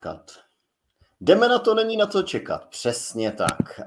Kat. Jdeme na to, není na to čekat. Přesně tak.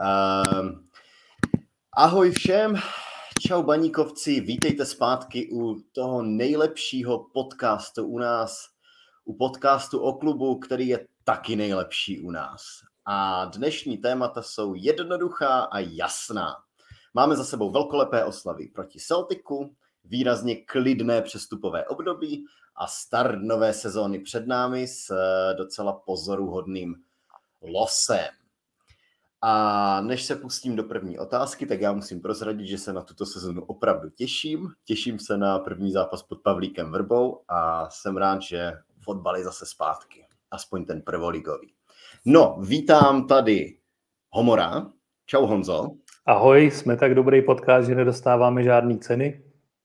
Ahoj všem, čau baníkovci, vítejte zpátky u toho nejlepšího podcastu u nás, u podcastu o klubu, který je taky nejlepší u nás. A dnešní témata jsou jednoduchá a jasná. Máme za sebou velkolepé oslavy proti Celticu, výrazně klidné přestupové období a start nové sezóny před námi s docela pozoruhodným losem. A než se pustím do první otázky, tak já musím prozradit, že se na tuto sezonu opravdu těším. Těším se na první zápas pod Pavlíkem Vrbou a jsem rád, že fotbal je zase zpátky. Aspoň ten prvoligový. No, vítám tady Homora. Čau Honzo. Ahoj, jsme tak dobrý podcast, že nedostáváme žádný ceny.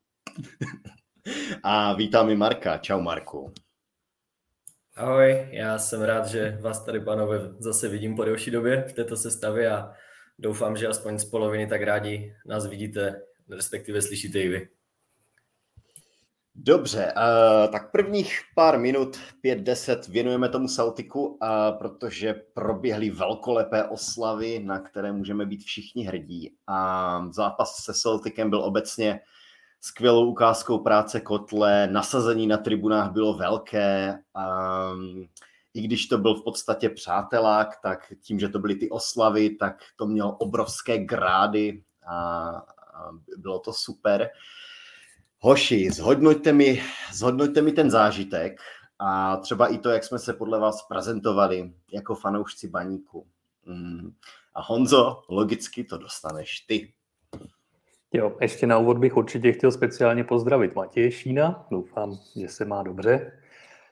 A vítám i Marka. Čau Marku. Ahoj, já jsem rád, že vás tady, pánové, zase vidím po delší době v této sestavě a doufám, že aspoň z poloviny tak rádi nás vidíte, respektive slyšíte i vy. Dobře, tak prvních pár minut, 5-10, věnujeme tomu Celticu, protože proběhly velkolepé oslavy, na které můžeme být všichni hrdí. A zápas se Celticem byl obecně skvělou ukázkou práce Kotle, nasazení na tribunách bylo velké, i když to byl v podstatě přátelák, tak tím, že to byly ty oslavy, tak to mělo obrovské grády a bylo to super. Hoši, zhodnoťte mi ten zážitek a třeba i to, jak jsme se podle vás prezentovali jako fanoušci Baníku. A Honzo, logicky to dostaneš ty. Jo, ještě na úvod bych určitě chtěl speciálně pozdravit Matěje Šína. Doufám, že se má dobře.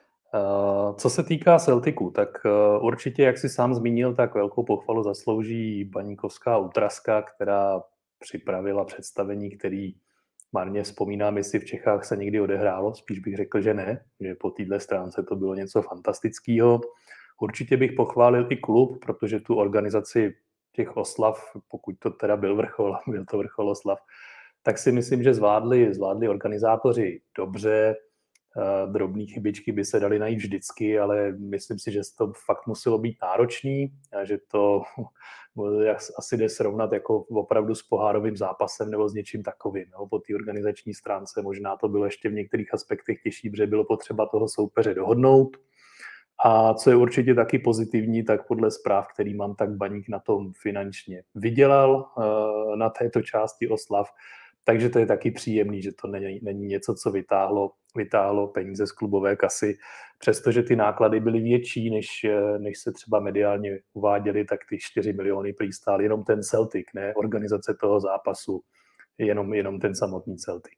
Co se týká Celticu, tak určitě, jak si sám zmínil, tak velkou pochvalu zaslouží baníkovská ultraska, která připravila představení, který marně vzpomínám, jestli v Čechách se někdy odehrálo. Spíš bych řekl, že ne, že po téhle stránce to bylo něco fantastického. Určitě bych pochválil i klub, protože tu organizaci těch oslav, pokud to teda byl to vrchol oslav, tak si myslím, že zvládli organizátoři dobře. Drobné chybičky by se daly najít vždycky, ale myslím si, že to fakt muselo být náročný a že to asi jde srovnat jako opravdu s pohárovým zápasem nebo s něčím takovým. No, po té organizační stránce možná to bylo ještě v některých aspektech těžší, protože bylo potřeba toho soupeře dohodnout. A co je určitě taky pozitivní, tak podle zpráv, který mám, tak Baník na tom finančně vydělal na této části oslav. Takže to je taky příjemný, že to není něco, co vytáhlo peníze z klubové kasy. Přestože ty náklady byly větší, než se třeba mediálně uváděly, tak ty 4 miliony prý stál jenom ten Celtic, ne organizace toho zápasu, jenom ten samotný Celtic.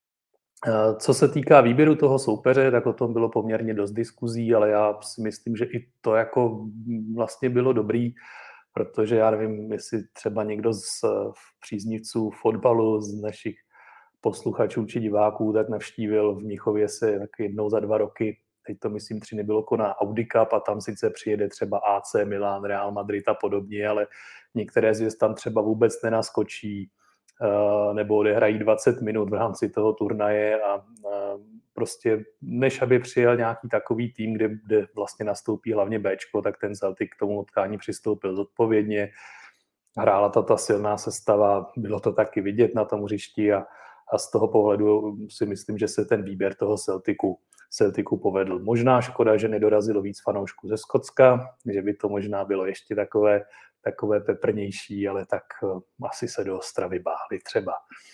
Co se týká výběru toho soupeře, tak o tom bylo poměrně dost diskuzí, ale já si myslím, že i to jako vlastně bylo dobrý, protože já nevím, jestli třeba někdo z příznivců fotbalu, z našich posluchačů či diváků, tak navštívil v Mnichově se tak jednou za 2 roky, teď to myslím 3 nebylo koná Audi Cup a tam sice přijede třeba AC Milan, Real Madrid a podobně, ale některé z tam třeba vůbec nenaskočí nebo odehrají 20 minut v rámci toho turnaje a prostě než aby přijel nějaký takový tým, kde vlastně nastoupí hlavně Bčko, tak ten Celtic k tomu utkání přistoupil zodpovědně. Hrála ta silná sestava, bylo to taky vidět na tom hřišti a z toho pohledu si myslím, že se ten výběr toho Celticu povedl. Možná škoda, že nedorazilo víc fanoušků ze Skotska, že by to možná bylo ještě takové peprnější, ale tak asi se do Ostravy báli třeba.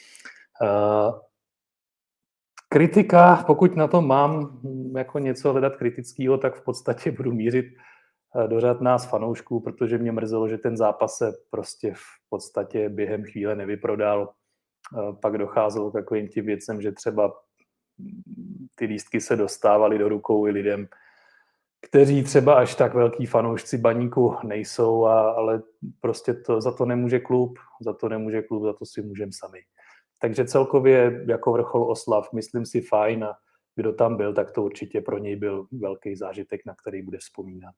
Kritika, pokud na to mám jako něco hledat kritického, tak v podstatě budu mířit do řad nás fanoušků, protože mě mrzelo, že ten zápas se prostě v podstatě během chvíle nevyprodal. Pak docházelo k takovým tím věcem, že třeba ty lístky se dostávaly do rukou i lidem, kteří třeba až tak velký fanoušci Baníku nejsou, ale prostě za to nemůže klub, za to si můžeme sami. Takže celkově jako vrchol oslav, myslím si fajn a kdo tam byl, tak to určitě pro něj byl velký zážitek, na který bude vzpomínat.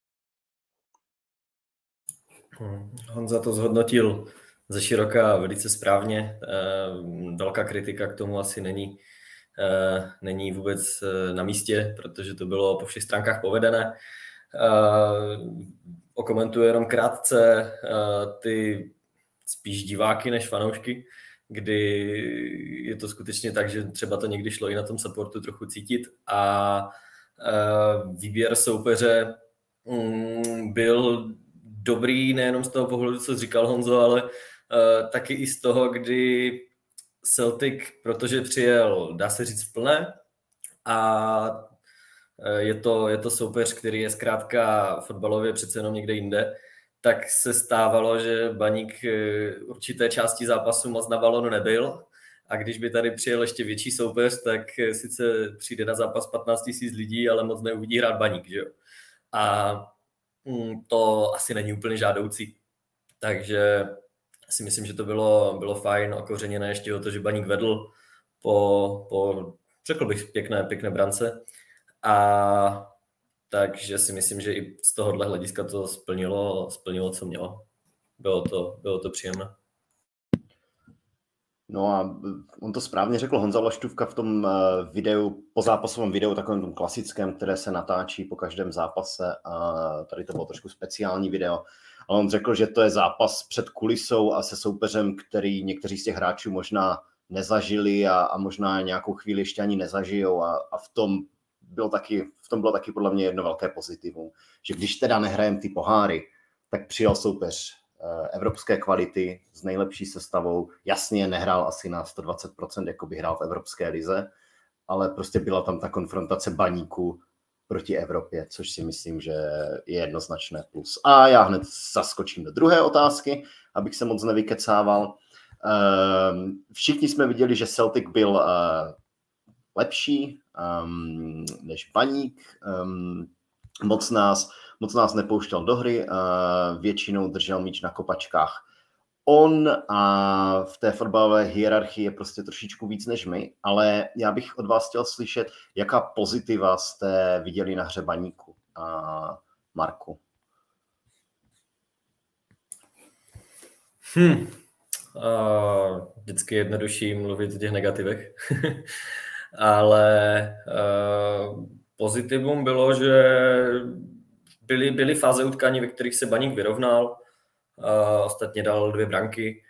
Honza to zhodnotil ze široka velice správně. Velká kritika k tomu asi není vůbec na místě, protože to bylo po všech stránkách povedené. Okomentuji jenom krátce ty spíš diváky než fanoušky, kdy je to skutečně tak, že třeba to někdy šlo i na tom supportu trochu cítit a výběr soupeře byl dobrý nejenom z toho pohledu, co říkal Honzo, ale taky i z toho, kdy Celtic, protože přijel, dá se říct, v plné a je to soupeř, který je zkrátka fotbalově přece jenom někde jinde, tak se stávalo, že Baník určité části zápasu moc na balonu nebyl a když by tady přijel ještě větší soupeř, tak sice přijde na zápas 15 000 lidí, ale moc neuvidí hrát Baník, že jo? A to asi není úplně žádoucí. Takže si myslím, že to bylo fajn, okořeněné ještě o to, že Baník vedl po řekl bych, pěkné brance. A takže si myslím, že i z tohohle hlediska to splnilo, co mělo. Bylo to příjemné. No a on to správně řekl Honza Laštůvka v tom videu, po zápasovém videu, takovém tom klasickém, které se natáčí po každém zápase. A tady to bylo trošku speciální video. Ale on řekl, že to je zápas před kulisou a se soupeřem, který někteří z těch hráčů možná nezažili a možná nějakou chvíli ještě ani nezažijou. A v tom bylo taky podle mě jedno velké pozitivum. Že když teda nehrajeme ty poháry, tak přijel soupeř evropské kvality s nejlepší sestavou. Jasně nehrál asi na 120%, jako by hrál v evropské lize, ale prostě byla tam ta konfrontace Baníku proti Evropě, což si myslím, že je jednoznačné plus. A já hned zaskočím do druhé otázky, abych se moc nevykecával. Všichni jsme viděli, že Celtic byl lepší než Baník. Moc nás nepouštěl do hry, většinou držel míč na kopačkách. On a v té fotbalové hierarchii je prostě trošičku víc než my, ale já bych od vás chtěl slyšet, jaká pozitiva jste viděli na hře Baníku a Marku. Vždycky je jednodušší mluvit o těch negativech, ale pozitivum bylo, že byly fáze utkání, ve kterých se Baník vyrovnal, ostatně dal 2 branky.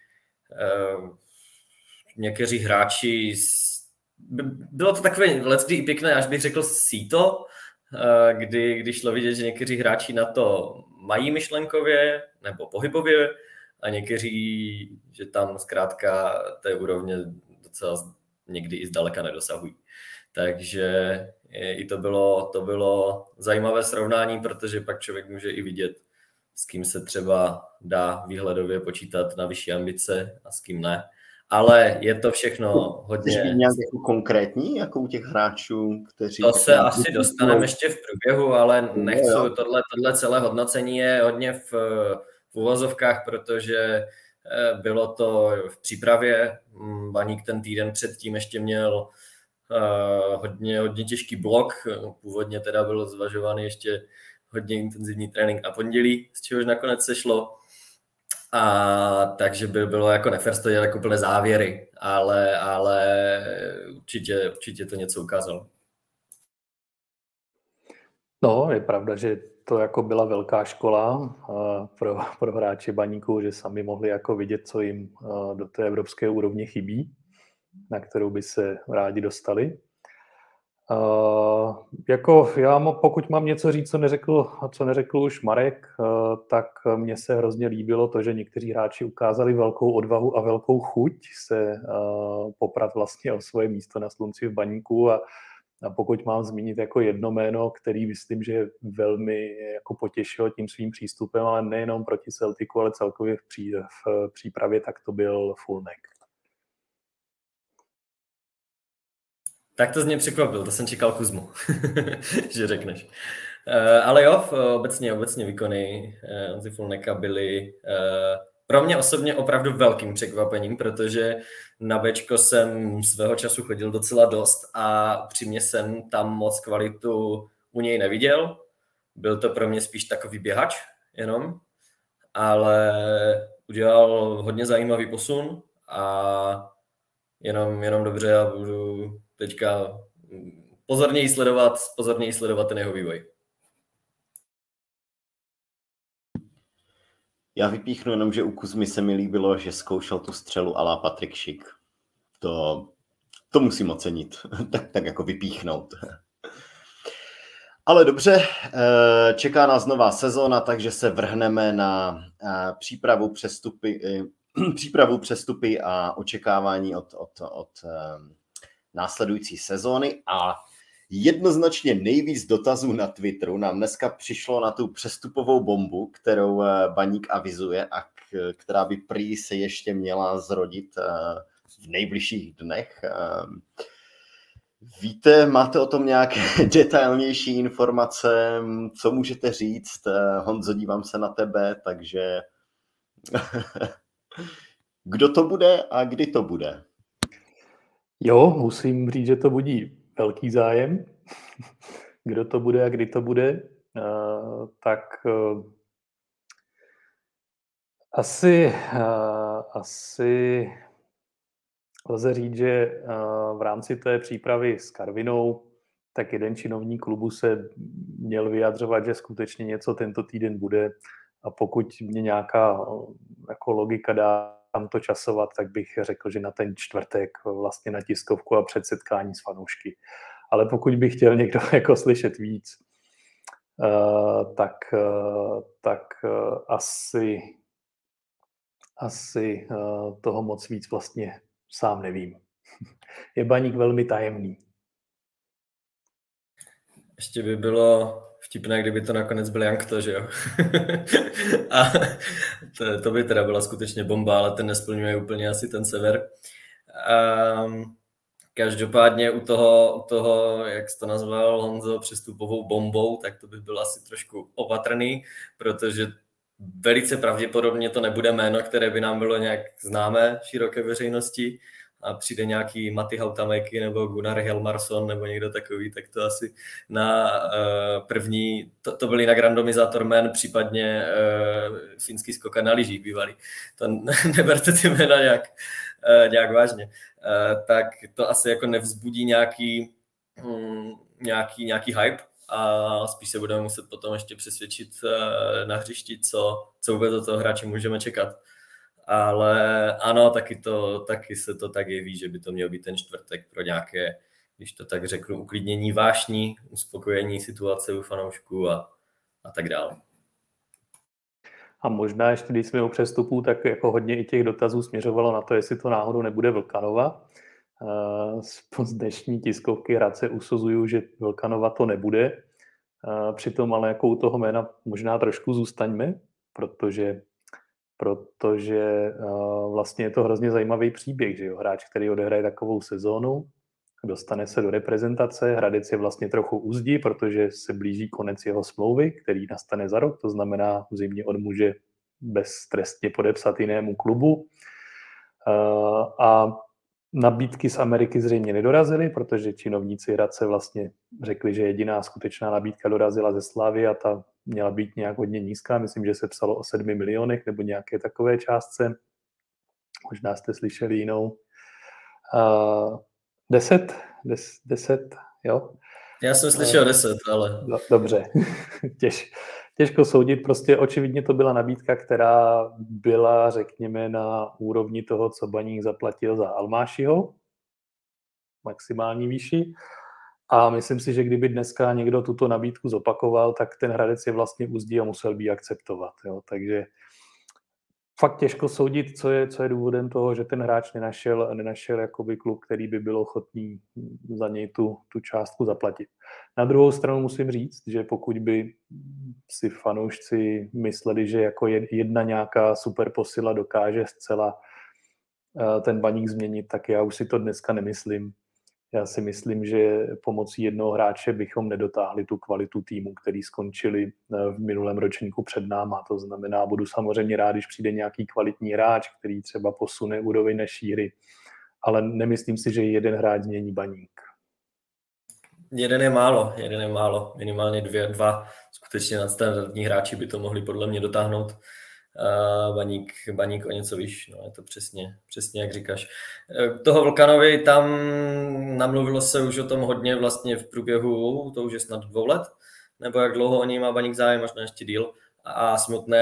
Někteří hráči, bylo to takové leckdy i pěkné, až bych řekl síto, kdy šlo vidět, že někteří hráči na to mají myšlenkově nebo pohybově a někteří, že tam zkrátka té úrovně docela někdy i zdaleka nedosahují. Takže i to bylo zajímavé srovnání, protože pak člověk může i vidět, s kým se třeba dá výhledově počítat na vyšší ambice a s kým ne. Ale je to všechno hodně... Chceš být nějak konkrétní, jako u těch hráčů, kteří... To se asi dostaneme ještě v průběhu, ale nechci, tohle celé hodnocení je hodně v uvozovkách, protože bylo to v přípravě. Baník ten týden předtím ještě měl hodně těžký blok. Původně teda byl zvažovaný ještě hodně intenzivní trénink na pondělí, z čehož nakonec sešlo. A takže bylo jako nefér to dělat jako plné závěry, ale určitě to něco ukázalo. No, je pravda, že to jako byla velká škola pro hráče Baníku, že sami mohli jako vidět, co jim do té evropské úrovně chybí, na kterou by se rádi dostali. Pokud mám něco říct, co neřekl už Marek, tak mně se hrozně líbilo to, že někteří hráči ukázali velkou odvahu a velkou chuť se poprat vlastně o svoje místo na slunci v Baníku a pokud mám zmínit jako jedno jméno, který myslím, že velmi jako potěšilo tím svým přístupem, ale nejenom proti Celticu, ale celkově v přípravě, tak to byl Fulnek. Tak to z mě překvapil, to jsem čekal Kuzmu, že řekneš. Ale jo, obecně výkony Honzy Fulneka byly pro mě osobně opravdu velkým překvapením, protože na Bčko jsem svého času chodil docela dost a upřímně jsem tam moc kvalitu u něj neviděl. Byl to pro mě spíš takový běhač jenom, ale udělal hodně zajímavý posun a jenom dobře, já budu teďka pozorněji sledovat ten jeho vývoj. Já vypíchnu jenom, že u Kuzmy se mi líbilo, že zkoušel tu střelu à la Patrik Schick. To musím ocenit, tak jako vypíchnout. Ale dobře, čeká nás nová sezóna, takže se vrhneme na přípravu přestupy a očekávání od následující sezóny. A jednoznačně nejvíc dotazů na Twitteru nám dneska přišlo na tu přestupovou bombu, kterou Baník avizuje a která by prý se ještě měla zrodit v nejbližších dnech. Víte, máte o tom nějaké detailnější informace? Co můžete říct? Honzo, dívám se na tebe, takže kdo to bude a kdy to bude? Jo, musím říct, že to budí velký zájem. Kdo to bude a kdy to bude, tak asi lze říct, že v rámci té přípravy s Karvinou tak jeden činovník klubu se měl vyjadřovat, že skutečně něco tento týden bude, a pokud mě nějaká jako logika dá tam to časovat, tak bych řekl, že na ten čtvrtek vlastně na tiskovku a před setkání s fanoušky. Ale pokud by chtěl někdo jako slyšet víc, tak asi toho moc víc vlastně sám nevím. Je Baník velmi tajemný. Ještě by bylo vtipné, kdyby to nakonec byl Jankto, že jo? A to by teda byla skutečně bomba, ale ten nesplňuje úplně asi ten sever. Každopádně u toho, jak jsi to nazval, Honzo, přestupovou bombou, tak to by byl asi trošku opatrný, protože velice pravděpodobně to nebude jméno, které by nám bylo nějak známé široké veřejnosti, a přijde nějaký Matti Hautamäki nebo Gunnar Helmarsson nebo někdo takový, tak to asi na první, to byl jinak randomizátor jmen, případně finský skokan na lyžích bývalý. To neberte ty jména nějak vážně. Tak to asi jako nevzbudí nějaký hype, a spíš se budeme muset potom ještě přesvědčit na hřišti, co vůbec od toho hráče můžeme čekat. Ale ano, taky se to tak jeví, že by to měl být ten čtvrtek pro nějaké, když to tak řeknu, uklidnění vášní, uspokojení situace u fanoušků a tak dále. A možná ještě, když jsme u přestupů, tak jako hodně i těch dotazů směřovalo na to, jestli to náhodou nebude Vlkanova. Z dnešní tiskovky Hradce usuzuju, že Vlkanova to nebude. Přitom ale jako u toho jména možná trošku zůstaňme, protože vlastně je to hrozně zajímavý příběh, že jo? Hráč, který odehraje takovou sezónu, dostane se do reprezentace, Hradec je vlastně trochu u zdi, protože se blíží konec jeho smlouvy, který nastane za rok, to znamená v zimě on může beztrestně podepsat jinému klubu. A nabídky z Ameriky zřejmě nedorazily, protože činovníci Hradce vlastně řekli, že jediná skutečná nabídka dorazila ze Slavie a ta měla být nějak hodně nízká. Myslím, že se psalo o 7 milionech nebo nějaké takové částce. Možná jste slyšeli jinou. 10, jo? Já jsem slyšel 10, ale... Dobře, těžko soudit. Prostě očividně to byla nabídka, která byla, řekněme, na úrovni toho, co Baník zaplatil za Almášiho, maximální výši. A myslím si, že kdyby dneska někdo tuto nabídku zopakoval, tak ten Hradec je vlastně u zdi a musel by ji akceptovat. Jo? Takže fakt těžko soudit, co je důvodem toho, že ten hráč nenašel jakoby klub, který by byl ochotný za něj tu částku zaplatit. Na druhou stranu musím říct, že pokud by si fanoušci mysleli, že jako jedna nějaká super posila dokáže zcela ten Baník změnit, tak já už si to dneska nemyslím. Já si myslím, že pomocí jednoho hráče bychom nedotáhli tu kvalitu týmu, který skončili v minulém ročníku před náma. To znamená, budu samozřejmě rád, když přijde nějaký kvalitní hráč, který třeba posune úroveň naší hry, ale nemyslím si, že jeden hráč změní Baník. Jeden je málo. Minimálně dva skutečně nadstandardní hráči by to mohli podle mě dotáhnout. Baník o něco výš, no, je to přesně jak říkáš. Toho Vlkanovi tam namluvilo se už o tom hodně vlastně v průběhu, to už je snad 2 let, nebo jak dlouho o něj má Baník zájem, možná ještě díl. A smutné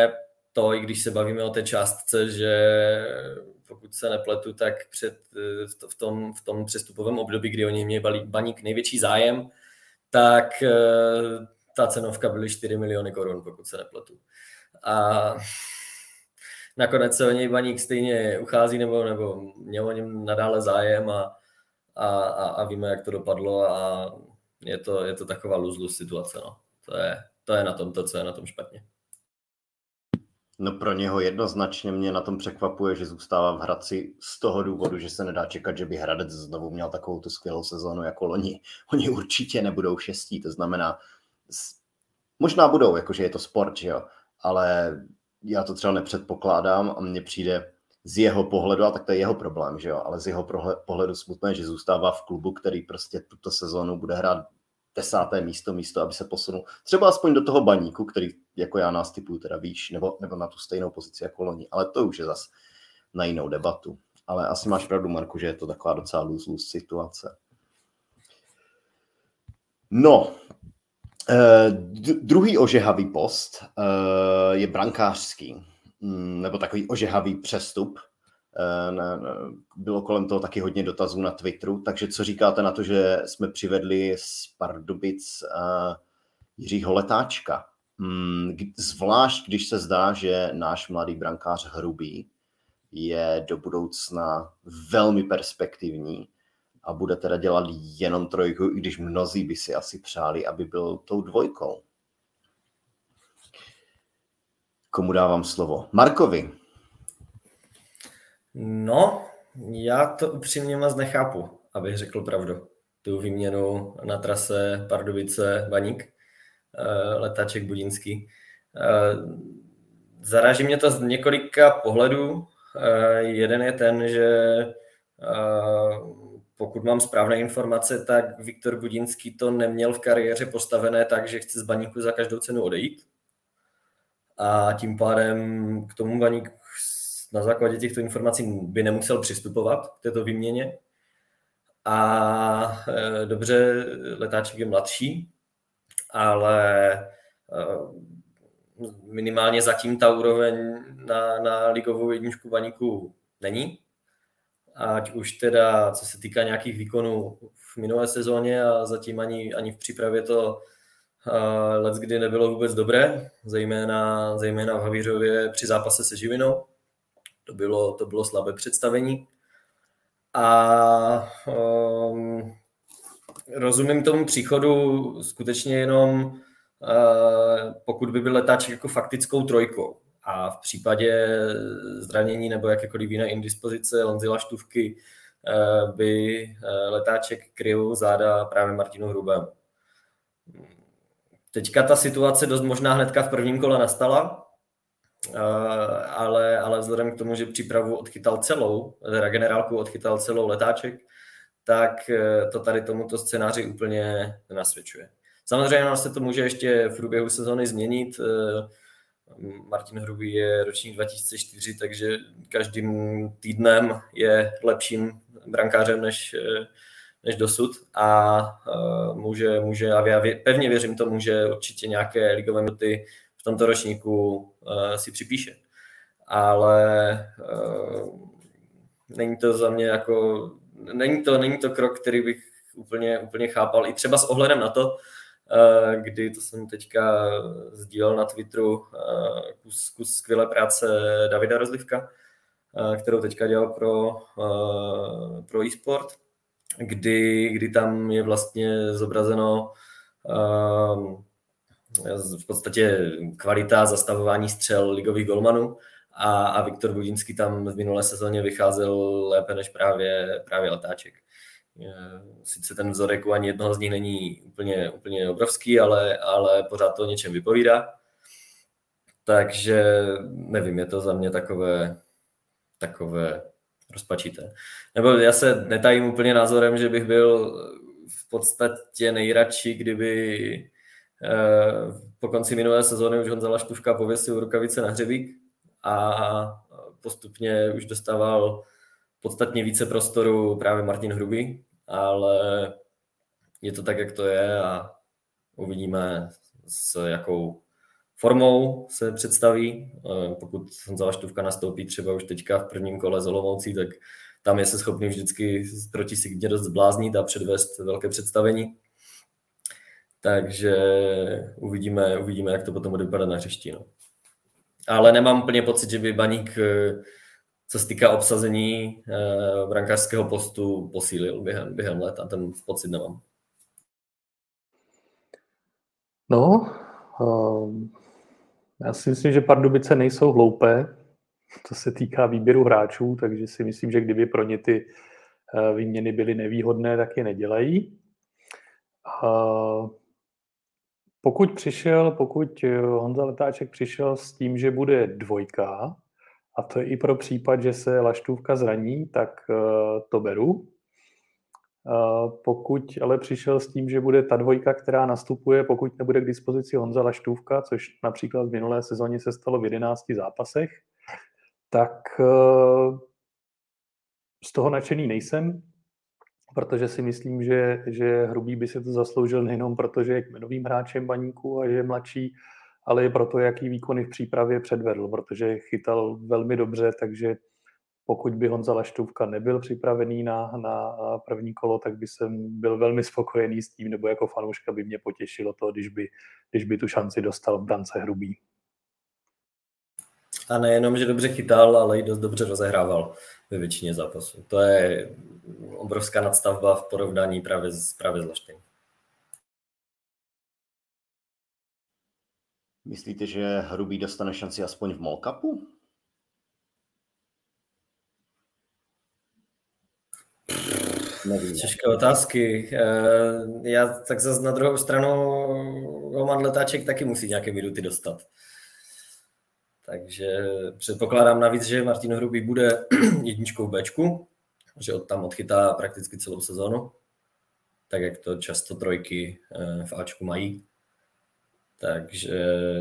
to, i když se bavíme o té částce, že pokud se nepletu, tak v tom přestupovém období, kdy oni měli Baník největší zájem, tak ta cenovka byly 4 miliony korun, pokud se nepletu. A nakonec se o něj Baník stejně uchází, nebo měl o něm nadále zájem a víme, jak to dopadlo a je to taková lose-lose situace. No. To je na tom to, co je na tom špatně. No pro něho jednoznačně mě na tom překvapuje, že zůstává v Hradci z toho důvodu, že se nedá čekat, že by Hradec znovu měl takovou tu skvělou sezónu jako loni. Oni určitě nebudou šestí, to znamená, možná budou, jakože je to sport, že jo, ale já to třeba nepředpokládám a mně přijde z jeho pohledu, a tak to je jeho problém, že jo, ale z jeho pohledu smutné, že zůstává v klubu, který prostě tuto sezónu bude hrát 10. místo, aby se posunul třeba aspoň do toho Baníku, který jako já nás typuju teda výš, nebo na tu stejnou pozici jako loni, ale to už je zas na jinou debatu. Ale asi máš pravdu, Marku, že je to taková docela lose situace. No, druhý ožehavý post je brankářský, nebo takový ožehavý přestup. Bylo kolem toho taky hodně dotazů na Twitteru, takže co říkáte na to, že jsme přivedli z Pardubic Jiřího Letáčka? Zvlášť, když se zdá, že náš mladý brankář Hrubý je do budoucna velmi perspektivní a bude teda dělat jenom trojku, i když mnozí by si asi přáli, aby byl tou dvojkou. Komu dávám slovo? Markovi. No, já to upřímně moc nechápu, abych řekl pravdu. Tu výměnu na trase Pardubice-Baník, Letáček Budínský. Zaráží mě to z několika pohledů. Jeden je ten, že pokud mám správné informace, tak Viktor Budínský to neměl v kariéře postavené tak, že chce z Baníku za každou cenu odejít. A tím pádem k tomu Baník na základě těchto informací by nemusel přistupovat k této výměně. A dobře, Letáček je mladší, ale minimálně zatím ta úroveň na ligovou jedničku Baníku není. Ať už teda, co se týká nějakých výkonů v minulé sezóně a zatím ani v přípravě to leckdy nebylo vůbec dobré, zejména v Havířově při zápase se Živinou. To bylo slabé představení. A rozumím tomu příchodu skutečně jenom, pokud by byl Letáček jako faktickou trojkou. A v případě zranění nebo jakékoliv jiné indispozice Honzy Laštůvky by Letáček kryl záda právě Martinu Hrubému. Teďka ta situace dost možná hnedka v prvním kole nastala, ale vzhledem k tomu, že přípravu odchytal celou, generálku odchytal celou Letáček, tak to tady tomuto scénáři úplně nenasvědčuje. Samozřejmě se to může ještě v průběhu sezóny změnit. Martin Hrubý je ročník 2004, takže každým týdnem je lepším brankářem než dosud a může a já pevně věřím tomu, že určitě nějaké ligové minuty v tomto ročníku si připíše. Ale není to za mě jako, není to krok, který bych úplně chápal, i třeba s ohledem na to, kdy to jsem teďka sdílel na Twitteru kus skvělé práce Davida Rozlivka, kterou teďka dělal pro e-sport, kdy tam je vlastně zobrazeno v podstatě kvalita zastavování střel ligových golmanů a Viktor Budínský tam v minulé sezóně vycházel lépe než právě Letáček. Sice ten vzorek u ani jednoho z nich není úplně obrovský, ale pořád to o něčem vypovídá. Takže nevím, je to za mě takové rozpačité. Nebo já se netajím úplně názorem, že bych byl v podstatě nejradši, kdyby po konci minulé sezóny už Honza Laštůvka pověsil rukavice na hřebík a postupně už dostával podstatně více prostoru právě Martin Hrubý, ale je to tak, jak to je a uvidíme, s jakou formou se představí. Pokud Honza Laštůvka nastoupí třeba už teďka v prvním kole z Olomoucí, tak tam je se schopný vždycky proti Sigmě dost zbláznit a předvést velké představení. Takže uvidíme, jak to potom bude vypadat na hřišti. No. Ale nemám úplně pocit, že by Baník, co se týká obsazení brankářského postu, posílil během léta. Ten pocit nemám. No, já si myslím, že Pardubice nejsou hloupé, co se týká výběru hráčů, takže si myslím, že kdyby pro ně ty výměny byly nevýhodné, tak je nedělají. Pokud Honza Letáček přišel s tím, že bude dvojka, a to je i pro případ, že se Laštůvka zraní, tak to beru. Pokud ale přišel s tím, že bude ta dvojka, která nastupuje, pokud nebude k dispozici Honza Laštůvka, což například v minulé sezóně se stalo v 11 zápasech, tak z toho nadšený nejsem, protože si myslím, že Hrubý by si to zasloužil nejenom proto, že je kmenovým hráčem Baníku a že je mladší, ale i proto, jaký výkony v přípravě předvedl, protože chytal velmi dobře, takže pokud by Honza Laštůvka nebyl připravený na první kolo, tak by jsem byl velmi spokojený s tím, nebo jako fanouška by mě potěšilo to, když by tu šanci dostal v brance Hrubý. A nejenom, že dobře chytal, ale i dost dobře rozehrával ve většině zápasů. To je obrovská nadstavba v porovnání právě s Laštým. Myslíte, že Hrubý dostane šanci aspoň v MOL Cupu? Nevím. Těžké otázky. Já tak zase na druhou stranu Roman Letáček taky musí nějaké minuty dostat. Takže předpokládám navíc, že Martin Hrubý bude jedničkou Bčku, že tam odchytá prakticky celou sezónu, tak jak to často trojky v Ačku mají. Takže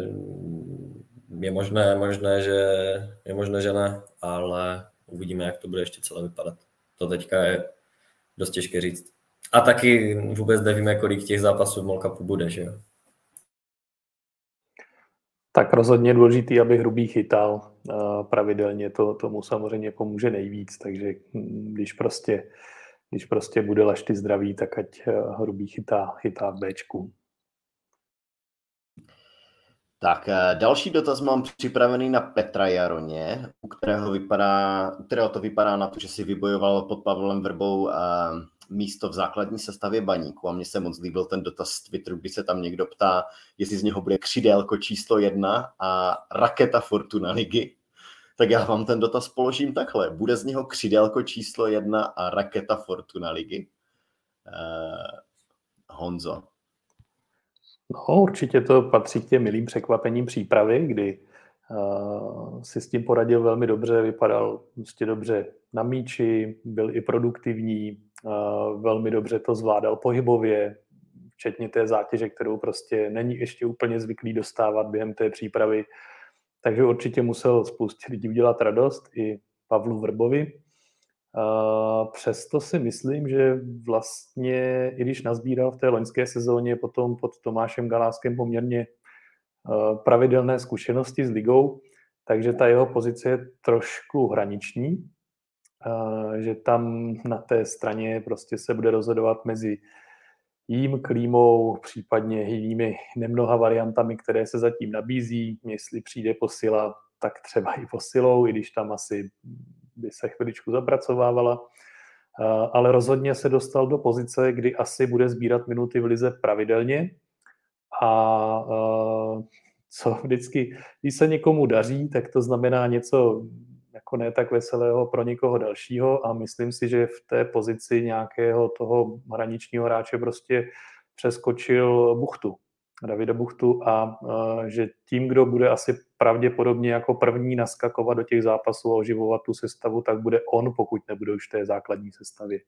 je možné, že ne, ale uvidíme, jak to bude ještě celé vypadat. To teďka je dost těžké říct. A taky vůbec nevíme, kolik těch zápasů v MOL Cupu bude, že jo? Tak rozhodně je důležitý, aby Hrubý chytal pravidelně, tomu samozřejmě pomůže nejvíc, takže když prostě bude Lašty zdravý, tak ať Hrubý chytá v Bčku. Tak další dotaz mám připravený na Petra Jaroně, u kterého to vypadá na to, že si vybojoval pod Pavlem Vrbou místo v základní sestavě Baníku. A mně se moc líbil ten dotaz z Twitteru, kdy se tam někdo ptá, jestli z něho bude křidélko číslo 1 a raketa Fortuna ligy. Tak já vám ten dotaz položím takhle. Bude z něho křidélko číslo 1 a raketa Fortuna ligy? Honzo. No, určitě to patří k těm milým překvapením přípravy, kdy si s tím poradil velmi dobře, vypadal prostě dobře na míči, byl i produktivní, velmi dobře to zvládal pohybově, včetně té zátěže, kterou prostě není ještě úplně zvyklý dostávat během té přípravy. Takže určitě musel spoustě lidí udělat radost, i Pavlu Vrbovi. Přesto si myslím, že vlastně, i když nazbíral v té loňské sezóně potom pod Tomášem Galáskem poměrně pravidelné zkušenosti s ligou, takže ta jeho pozice je trošku hraniční, že tam na té straně prostě se bude rozhodovat mezi jím, Klímou, případně jinými nemnoha variantami, které se zatím nabízí. Jestli přijde posila, tak třeba i posilou, i když tam asi by se chviličku zapracovávala. Ale rozhodně se dostal do pozice, kdy asi bude sbírat minuty v lize pravidelně. A co vždycky, když se někomu daří, tak to znamená něco jako ne tak veselého pro někoho dalšího a myslím si, že v té pozici nějakého toho hraničního hráče prostě přeskočil Davida Buchtu a že tím, kdo bude asi pravděpodobně jako první naskakovat do těch zápasů a oživovat tu sestavu, tak bude on, pokud nebude už v té základní sestavě.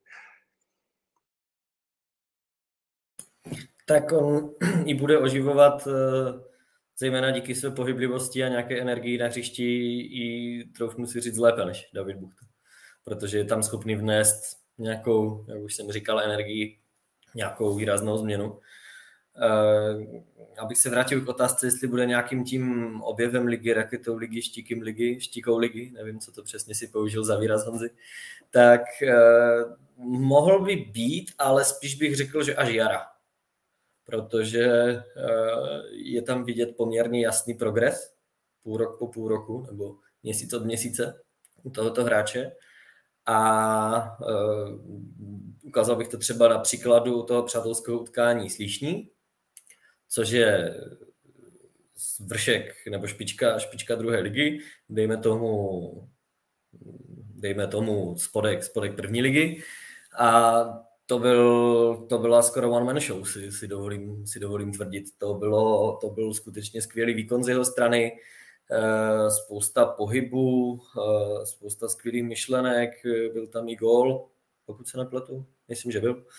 Tak on i bude oživovat zejména díky své pohyblivosti a nějaké energii na hřišti i troufnu si říct lépe než David Buchta. Protože je tam schopný vnést nějakou, jak už jsem říkal, energii, nějakou výraznou změnu. Abych se vrátil k otázce, jestli bude nějakým tím objevem ligy, raketou ligy, štíkou ligy, nevím, co to přesně si použil za výraz Honzy, tak mohl by být, ale spíš bych řekl, že až jara. Protože je tam vidět poměrně jasný progres, půl rok po půl roku, nebo měsíc od měsíce u tohoto hráče. A ukázal bych to třeba na příkladu toho přátelského utkání s Líšní, což je vršek nebo špička druhé ligy, dejme tomu spodek první ligy. A to byla skoro one-man show, si dovolím tvrdit. To byl skutečně skvělý výkon z jeho strany, spousta pohybů, spousta skvělých myšlenek, byl tam i gól, pokud se nepletu, myslím, že byl.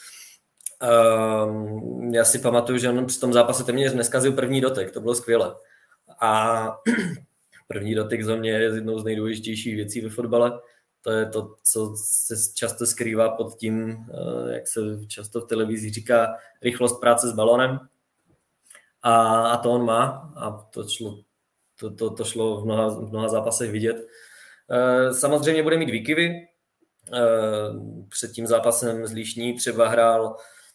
Já si pamatuju, že on v tom zápase téměř neskazil první dotek, to bylo skvěle. A první dotek za mě je jednou z nejdůležitějších věcí ve fotbale. To je to, co se často skrývá pod tím, jak se často v televizi říká, rychlost práce s balonem. A to on má a to šlo v mnoha zápasech vidět. Samozřejmě bude mít výkyvy. Před tím zápasem z Líšní třeba hrál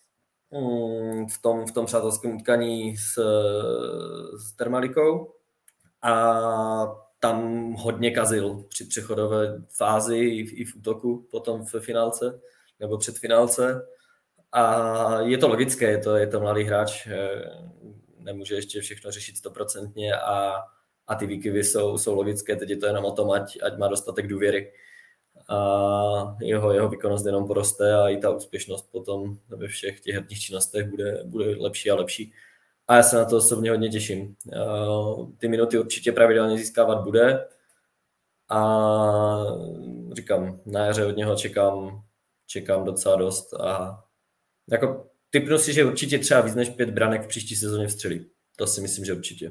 v tom přátelském utkání s Termalikou a tam hodně kazil při přechodové fázi i v útoku, potom v finálce nebo předfinálce. A je to logické, je to mladý hráč, nemůže ještě všechno řešit 100% a ty výkyvy jsou logické, teď je to jenom o tom, ať má dostatek důvěry. A jeho výkonnost jenom poroste a i ta úspěšnost potom ve všech těch herních činnostech bude lepší a lepší. A já se na to osobně hodně těším. Ty minuty určitě pravidelně získávat bude a říkám, na jaře od něho čekám docela dost a jako tipnu si, že určitě třeba víc než 5 branek v příští sezóně vstřelí. To si myslím, že určitě.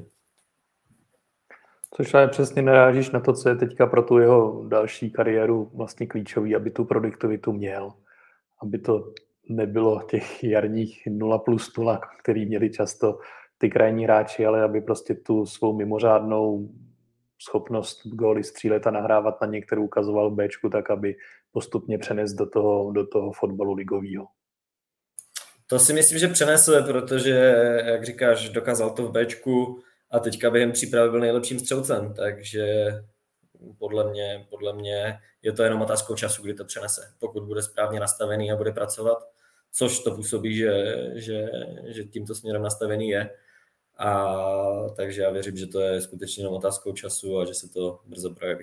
Což ale přesně narážíš na to, co je teďka pro tu jeho další kariéru vlastně klíčový, aby tu produktivitu měl. Aby to nebylo těch jarních 0+0, který měli často ty krajní hráči, ale aby prostě tu svou mimořádnou schopnost góly střílet a nahrávat na ně, kterou ukazoval v Bčku, tak aby postupně přenes do toho fotbalu ligového. To si myslím, že přenesl, protože, jak říkáš, dokázal to v Bčku a teďka během přípravy byl nejlepším střelcem, takže podle mě je to jenom otázkou času, kdy to přenese. Pokud bude správně nastavený a bude pracovat, což to působí, že tímto směrem nastavený je. A takže já věřím, že to je skutečně jenom otázkou času a že se to brzo projeví.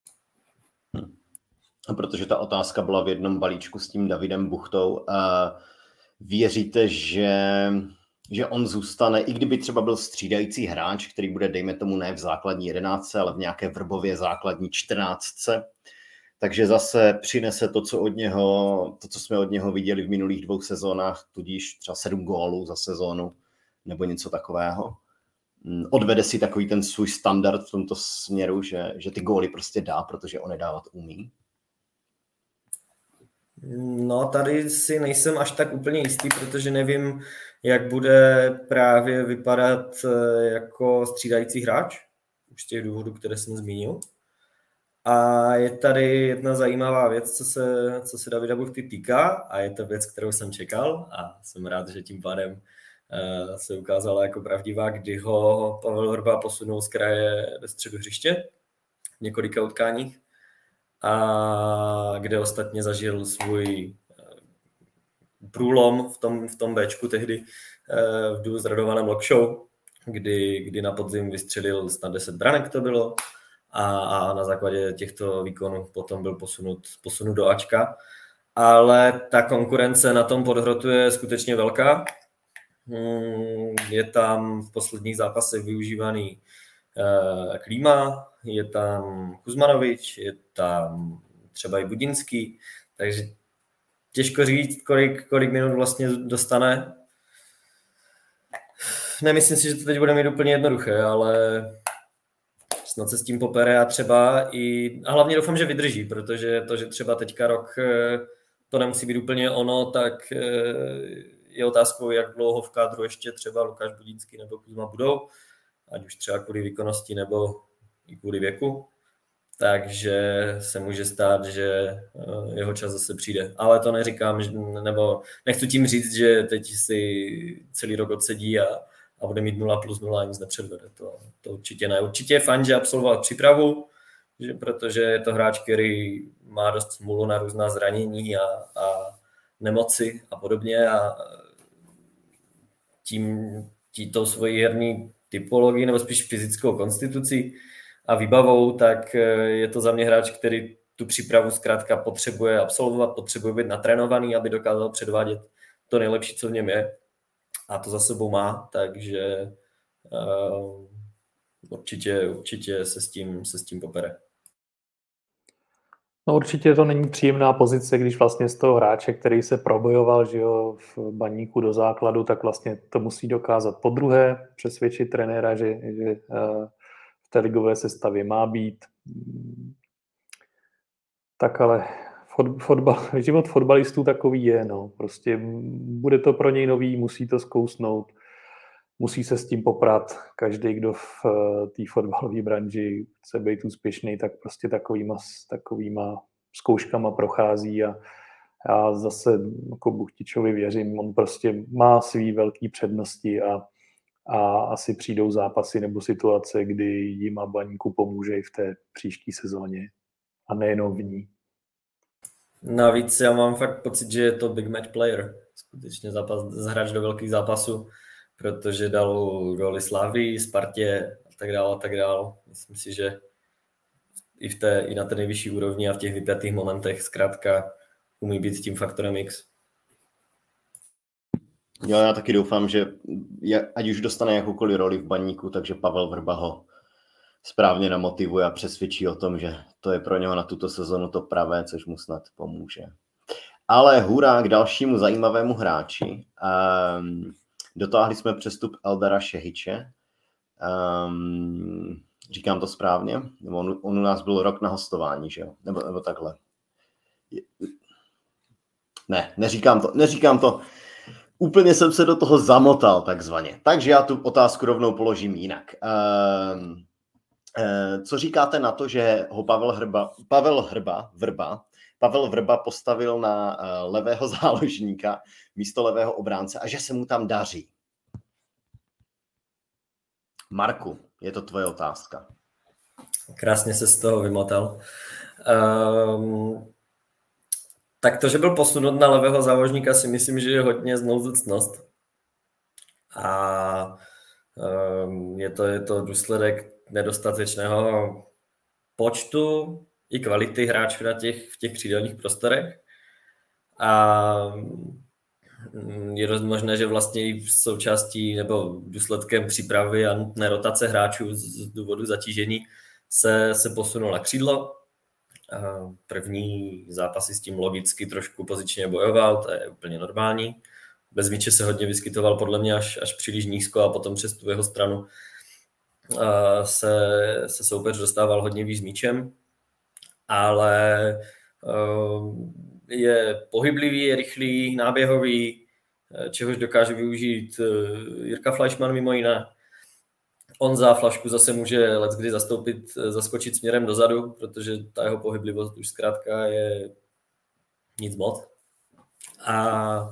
A protože ta otázka byla v jednom balíčku s tím Davidem Buchtou, věříte, že on zůstane, i kdyby třeba byl střídající hráč, který bude, dejme tomu, ne v základní 11, ale v nějaké vrbově základní 14, takže zase přinese to, co jsme od něho viděli v minulých 2 sezónách, tudíž třeba 7 gólů za sezónu, nebo něco takového. Odvede si takový ten svůj standard v tomto směru, že ty góly prostě dá, protože on je dávat umí? No, tady si nejsem až tak úplně jistý, protože nevím, jak bude právě vypadat jako střídající hráč, už z těch důvodů, které jsem zmínil. A je tady jedna zajímavá věc, co se Davida Buchty týká, a je to věc, kterou jsem čekal a jsem rád, že tím pádem se ukázala jako pravdivá, kdy ho Pavel Vrba posunul z kraje do středu hřiště v několika utkáních a kde ostatně zažil svůj průlom v tom Bčku tehdy v duelu s Radovanem Lokšou, kdy na podzim vystřelil snad 10 branek to bylo a na základě těchto výkonů potom byl posunut do Ačka. Ale ta konkurence na tom podhrotu je skutečně velká. Je tam v posledních zápasech využívaný Klíma, je tam Kuzmanovič, je tam třeba i Budinský, takže těžko říct, kolik minut vlastně dostane. Nemyslím si, že to teď bude mít úplně jednoduché, ale snad se s tím popere a hlavně doufám, že vydrží, protože to, že třeba teďka rok to nemusí být úplně ono, tak je otázkou, jak dlouho v kádru ještě třeba Lukáš Budínský nebo Kuzma budou, ať už třeba kvůli výkonnosti nebo i kvůli věku. Takže se může stát, že jeho čas zase přijde. Ale to neříkám, nebo nechci tím říct, že teď si celý rok odsedí a bude mít 0+0 a nic nepředvede. To určitě ne. Určitě je fajn, že absolvoval přípravu, protože je to hráč, který má dost smůlu na různá zranění a nemoci a podobně a tou svojí herní typologii nebo spíš fyzickou konstitucí a výbavou, tak je to za mě hráč, který tu přípravu zkrátka potřebuje absolvovat, potřebuje být natrénovaný, aby dokázal předvádět to nejlepší, co v něm je. A to za sebou má, takže určitě se s tím popere. No určitě to není příjemná pozice, když vlastně z toho hráče, který se probojoval, že jo, v Baníku do základu, tak vlastně to musí dokázat podruhé, přesvědčit trenéra, že v té ligové sestavě má být. Tak ale život fotbalistů takový je, no. Prostě bude to pro něj nový, musí to zkousnout, musí se s tím poprat. Každý, kdo v té fotbalové branži chce být úspěšný, tak prostě takovýma zkouškama prochází a já zase jako Buchtičovi věřím, on prostě má svý velký přednosti a asi přijdou zápasy nebo situace, kdy jim a Baníku pomůže i v té příští sezóně a nejenom v ní. Navíc já mám fakt pocit, že je to big match player. Skutečně hráč do velkých zápasů, protože dal góly Slavii, Spartě a tak dále. Myslím si, že i na té nejvyšší úrovni a v těch vypjatých momentech zkrátka umí být tím faktorem X. Jo, já taky doufám, že ať už dostane jakoukoliv roli v Baníku, takže Pavel Vrba ho správně namotivuje a přesvědčí o tom, že to je pro něho na tuto sezonu to pravé, což mu snad pomůže. Ale hurá k dalšímu zajímavému hráči. Dotáhli jsme přestup Eldara Šehiče. Říkám to správně? Nebo on u nás byl rok na hostování, že jo? Nebo takhle. Ne, neříkám to. Úplně jsem se do toho zamotal, takzvaně. Takže já tu otázku rovnou položím jinak. Co říkáte na to, že ho Pavel Vrba postavil na levého záložníka místo levého obránce a že se mu tam daří? Marku, je to tvoje otázka. Krásně se z toho vymotal. Tak to, že byl posunut na levého záložníka, si myslím, že je hodně znouzecnost. A je to důsledek nedostatečného počtu i kvality hráčů v těch křídelních prostorech. A je dost možné, že vlastně i v součástí nebo důsledkem přípravy a nutné rotace hráčů z důvodu zatížení se posunul na křídlo. První zápasy s tím logicky trošku pozičně bojoval, to je úplně normální. Bez míče se hodně vyskytoval podle mě až příliš nízko a potom přes tu jeho stranu se soupeř dostával hodně víc míčem, ale je pohyblivý, je rychlý, náběhový, čehož dokáže využít Jirka Fleischmann mimo jiné. On za Flašku zase může leckdy zaskočit směrem dozadu, protože ta jeho pohyblivost už zkrátka je nic moc. A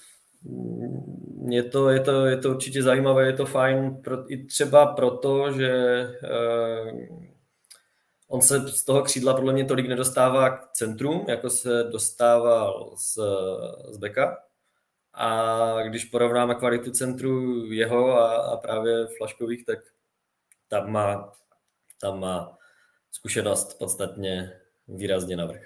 je to určitě zajímavé, je to fajn i třeba proto, že on se z toho křídla podle mě tolik nedostává k centrum, jako se dostával z beka. A když porovnáme kvalitu centru jeho a právě Flaškových, tak tam má zkušenost podstatně výrazně navrch.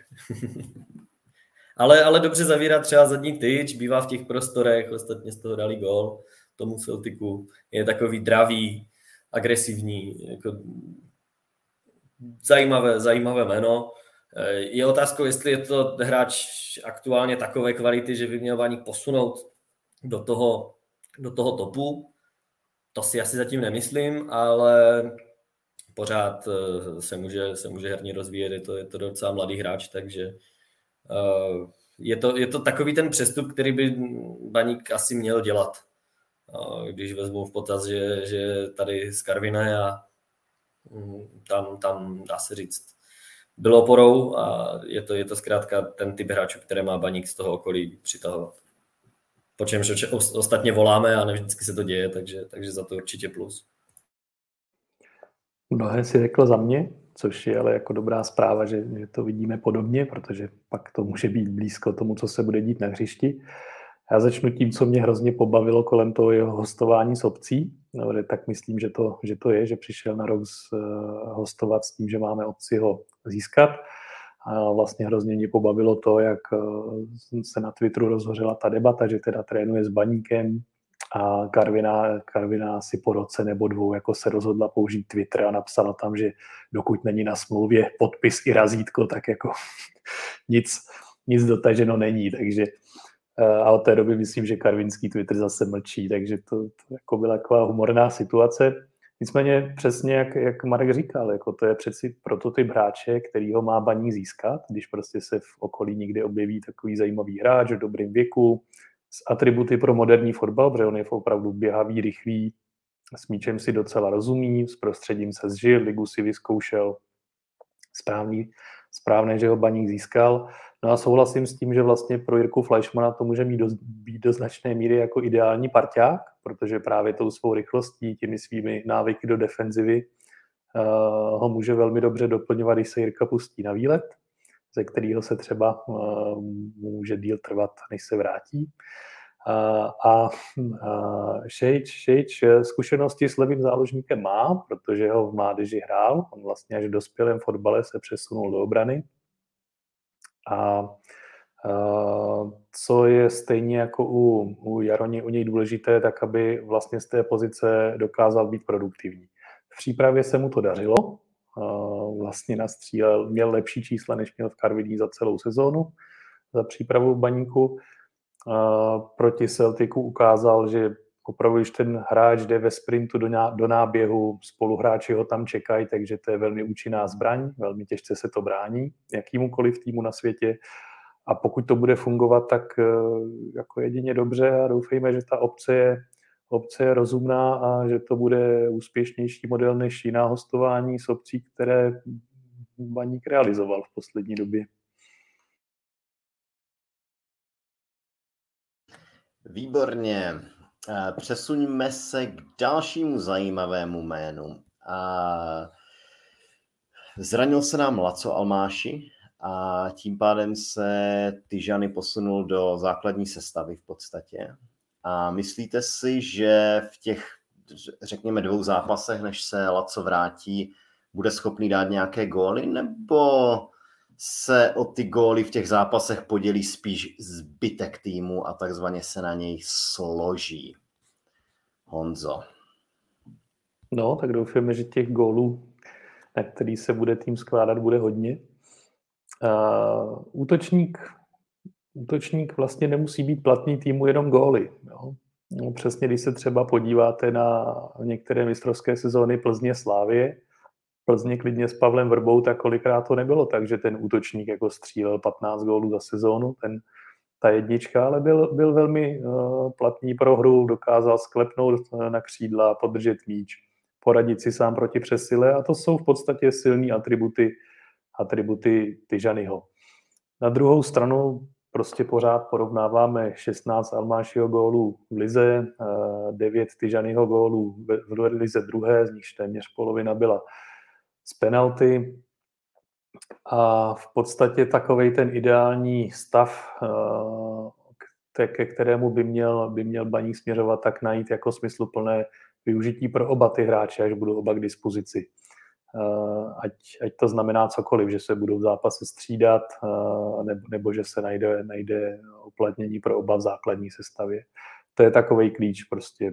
ale dobře zavírá třeba zadní tyč, bývá v těch prostorech, ostatně z toho dali gól tomu Celticu. Je takový dravý, agresivní, jako zajímavé jméno. Je otázkou, jestli je to hráč aktuálně takové kvality, že by měl Baník posunout do toho topu. To si asi zatím nemyslím, ale pořád se může herně rozvíjet. Je to docela mladý hráč, takže je to takový ten přestup, který by Baník asi měl dělat. Když vezmu v potaz, že tady z Karviné a tam dá se říct, bylo oporou a je to zkrátka ten typ hráčů, které má Baník z toho okolí přitahovat. Po čemž ostatně voláme a nevždycky se to děje, takže za to určitě plus. Mnohé si řekl za mě, což je ale jako dobrá zpráva, že to vidíme podobně, protože pak to může být blízko tomu, co se bude dít na hřišti. Já začnu tím, co mě hrozně pobavilo kolem toho jeho hostování s Obcí. No, tak myslím, že přišel na rok hostovat s tím, že máme opci ho získat. A vlastně hrozně mě pobavilo to, jak se na Twitteru rozhořela ta debata, že teda trénuje s Baníkem a Karviná asi po roce nebo 2 jako se rozhodla použít Twitter a napsala tam, že dokud není na smlouvě podpis i razítko, tak jako nic dotaženo není, takže a od té doby myslím, že karvinský Twitter zase mlčí, takže to jako byla taková humorná situace. Nicméně přesně, jak Marek říkal, jako to je přeci prototyp hráče, který ho má Baník získat, když prostě se v okolí někde objeví takový zajímavý hráč v dobrém věku, s atributy pro moderní fotbal, protože on je opravdu běhavý, rychlý, s míčem si docela rozumí, s prostředím se zžil, ligu si vyzkoušel, správné, že ho Baník získal. No a souhlasím s tím, že vlastně pro Jirku Fleischmana to může být do značné míry jako ideální parťák, protože právě tou svou rychlostí, těmi svými návyky do defenzivy ho může velmi dobře doplňovat, když se Jirka pustí na výlet, ze kterého se třeba může díl trvat, než se vrátí. A Šejč zkušenosti s levým záložníkem má, protože ho v mládeži hrál. On vlastně až v dospělém fotbale se přesunul do obrany. A co je stejně jako u Jaroni u něj důležité, tak aby vlastně z té pozice dokázal být produktivní. V přípravě se mu to dařilo. Vlastně nastřílel, měl lepší čísla, než měl v Karviní za celou sezónu, za přípravu v Baníku. Proti Celticu ukázal, že opravdu, když ten hráč jde ve sprintu do náběhu, spoluhráči ho tam čekají, takže to je velmi účinná zbraň, velmi těžce se to brání jakýmukoliv týmu na světě. A pokud to bude fungovat, tak jako jedině dobře a doufejme, že ta obce je rozumná a že to bude úspěšnější model než jiná hostování s obcí, které Baník realizoval v poslední době. Výborně. Přesuňme se k dalšímu zajímavému jménu. Zranil se nám Laco Almáši a tím pádem se Tyžany posunul do základní sestavy v podstatě. A myslíte si, že v těch, řekněme, 2 zápasech, než se Laco vrátí, bude schopný dát nějaké góly, nebo se o ty góly v těch zápasech podělí spíš zbytek týmu a takzvaně se na něj složí? Honzo. No, tak doufáme, že těch gólů, na který se bude tým skládat, bude hodně. Útočník vlastně nemusí být platný týmu jenom góly. Jo. No, přesně, když se třeba podíváte na některé mistrovské sezóny Plzně Slávie, Plzně klidně s Pavlem Vrbou, tak kolikrát to nebylo tak, že ten útočník jako střílel 15 gólů za sezónu, ta jednička, ale byl velmi platný pro hru, dokázal sklepnout na křídla, podržet míč, poradit si sám proti přesile a to jsou v podstatě silný atributy Tyžanyho. Na druhou stranu prostě pořád porovnáváme 16 Almášiho gólů v lize, 9 Tyžanyho gólů v lize druhé, z nichž téměř polovina byla z penalty. A v podstatě takovej ten ideální stav, ke kterému by měl Baník směřovat, tak najít jako smysluplné využití pro oba ty hráče, až budou oba k dispozici. Ať to znamená cokoliv, že se budou v zápase střídat, nebo že se najde uplatnění pro oba v základní sestavě. To je takovej klíč prostě,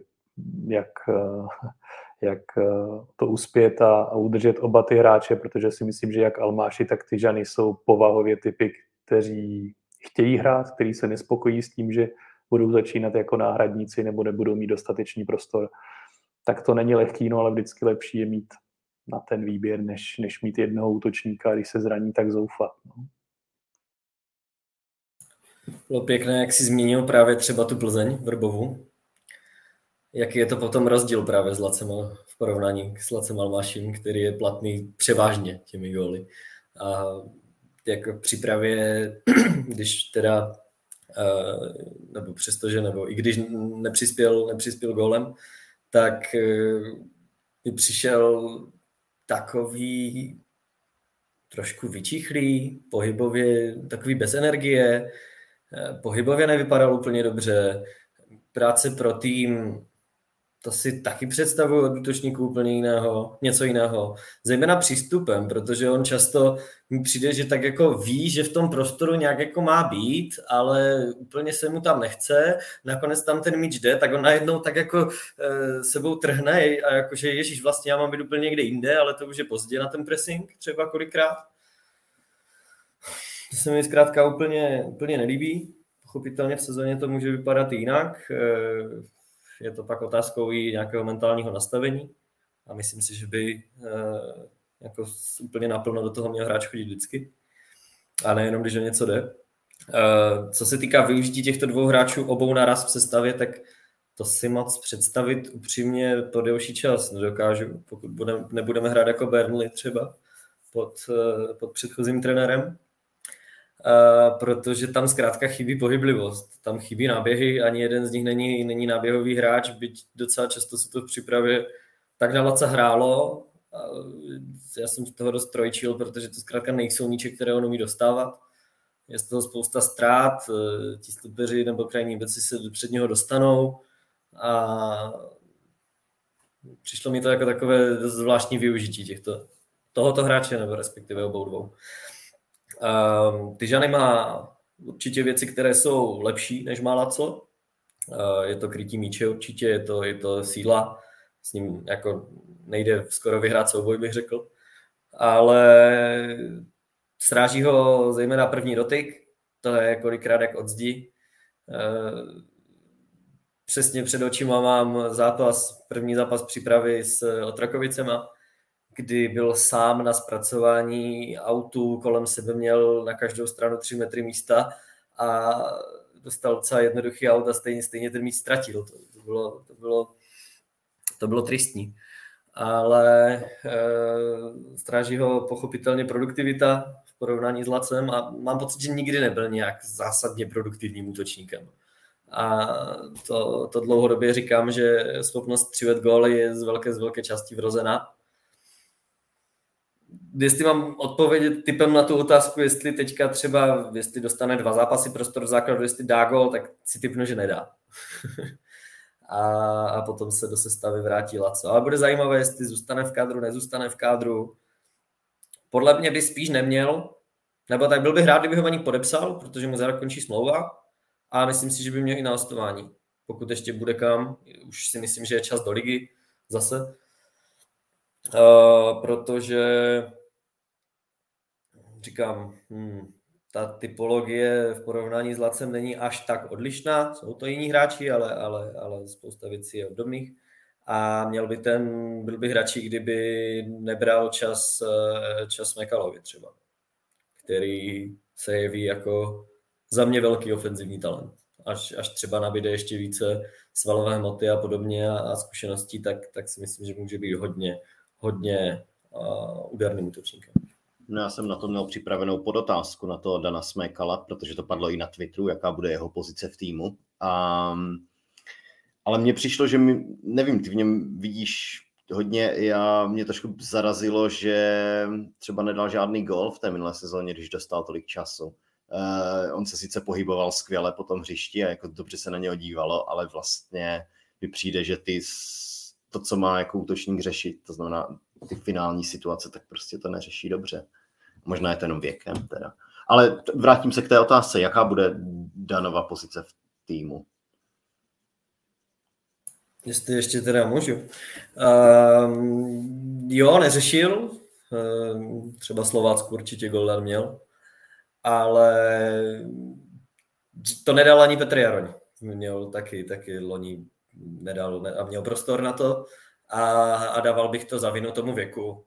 jak to uspět a udržet oba ty hráče, protože si myslím, že jak Almáši, tak Tyžany jsou povahově typy, kteří chtějí hrát, kteří se nespokojí s tím, že budou začínat jako náhradníci nebo nebudou mít dostatečný prostor. Tak to není lehký, no ale vždycky lepší je mít na ten výběr, než mít jednoho útočníka, když se zraní, tak zoufat. No. Bylo pěkné, jak jsi zmínil právě třeba tu Plzeň, Vrbovu. Jaký je to potom rozdíl právě s Lacem v porovnání s Lacem Almáším, který je platný převážně těmi góly. A jako v přípravě, když teda, nebo přestože, nebo i když nepřispěl gólem, tak by přišel takový trošku vyčichlý, pohybově takový bez energie, pohybově nevypadal úplně dobře, práce pro tým, to si taky představuji od útočníků úplně něco jiného. Zejména přístupem, protože on často mi přijde, že tak jako ví, že v tom prostoru nějak jako má být, ale úplně se mu tam nechce. Nakonec tam ten míč jde, tak on najednou tak jako sebou trhne a jakože ježíš, vlastně já mám být úplně někde jinde, ale to už je pozdě na ten pressing třeba kolikrát. To se mi zkrátka úplně nelíbí. Pochopitelně v sezóně to může vypadat jinak. Je to pak otázkou i nějakého mentálního nastavení a myslím si, že by jako úplně naplno do toho měl hráč chodit vždycky a nejenom, když o něco jde. Co se týká využití těchto dvou hráčů obou naraz v sestavě, tak to si moc představit upřímně po delší čas nedokážu, pokud nebudeme hrát jako Burnley třeba pod předchozím trenérem. Protože tam zkrátka chybí pohyblivost, tam chybí náběhy, ani jeden z nich není náběhový hráč, byť docela často se to v přípravě tak na Laca hrálo. Já jsem z toho dost trojčil, protože to zkrátka nejsou míče, které on umí dostávat. Je z toho spousta ztrát, ti stopeři nebo krajní beci se před něho dostanou a přišlo mi to jako takové zvláštní využití tohoto hráče, nebo respektive obou dvou. Tyžany má určitě věci, které jsou lepší, než má Laco. Je to krytí míče určitě, je to síla. S ním jako nejde skoro vyhrát souboj, bych řekl. Ale stráží ho zejména první dotyk. To je kolikrát jak od zdi. Přesně před očima mám první zápas přípravy s Otrakovicema, kdy byl sám na zpracování autu, kolem sebe měl na každou stranu 3 metry místa a dostal docela jednoduchý aut a stejně ten míst ztratil. To bylo tristní. Ale stráží ho pochopitelně produktivita v porovnání s Lacem a mám pocit, že nikdy nebyl nějak zásadně produktivním útočníkem. A to dlouhodobě říkám, že schopnost střílet góly je z velké části vrozená. Jestli mám odpovědět typem na tu otázku, jestli teďka třeba, jestli dostane 2 zápasy prostor v základu, jestli dá gól, tak si tipnu, že nedá. a potom se do sestavy vrátí Laco. Ale bude zajímavé, jestli zůstane v kádru, nezůstane v kádru. Podle mě by spíš neměl, nebo tak byl bych rád, kdyby ho Vaník podepsal, protože mu zároveň končí smlouva a myslím si, že by měl i na hostování. Pokud ještě bude kam, už si myslím, že je čas do ligy zase. Protože říkám, ta typologie v porovnání s Lacem není až tak odlišná, jsou to jiní hráči, ale spousta věcí je obdobných a byl by hráči, kdyby nebral čas Mekalovi třeba, který se jeví jako za mě velký ofenzivní talent. Až třeba nabíde ještě více svalové hmoty a podobně a zkušeností, tak si myslím, že může být hodně úderným útočníkem. No, já jsem na to měl připravenou podotázku na to Dana Smekala, protože to padlo i na Twitteru, jaká bude jeho pozice v týmu. Ale mně přišlo, že nevím, ty v něm vidíš hodně, mě trošku zarazilo, že třeba nedal žádný gól v té minulé sezóně, když dostal tolik času. On se sice pohyboval skvěle po tom hřišti a jako dobře se na něho dívalo, ale vlastně mi přijde, že to, co má jako útočník řešit, to znamená ty finální situace, tak prostě to neřeší dobře. Možná je to jenom věkem teda. Ale vrátím se k té otázce, jaká bude Danova pozice v týmu? Jestli ještě teda můžu. Jo, neřešil. Třeba Slovácku určitě goldar měl. Ale to nedal ani Petr Jaroň. Měl taky loni nedal a měl prostor na to a dával bych to za vinu tomu věku.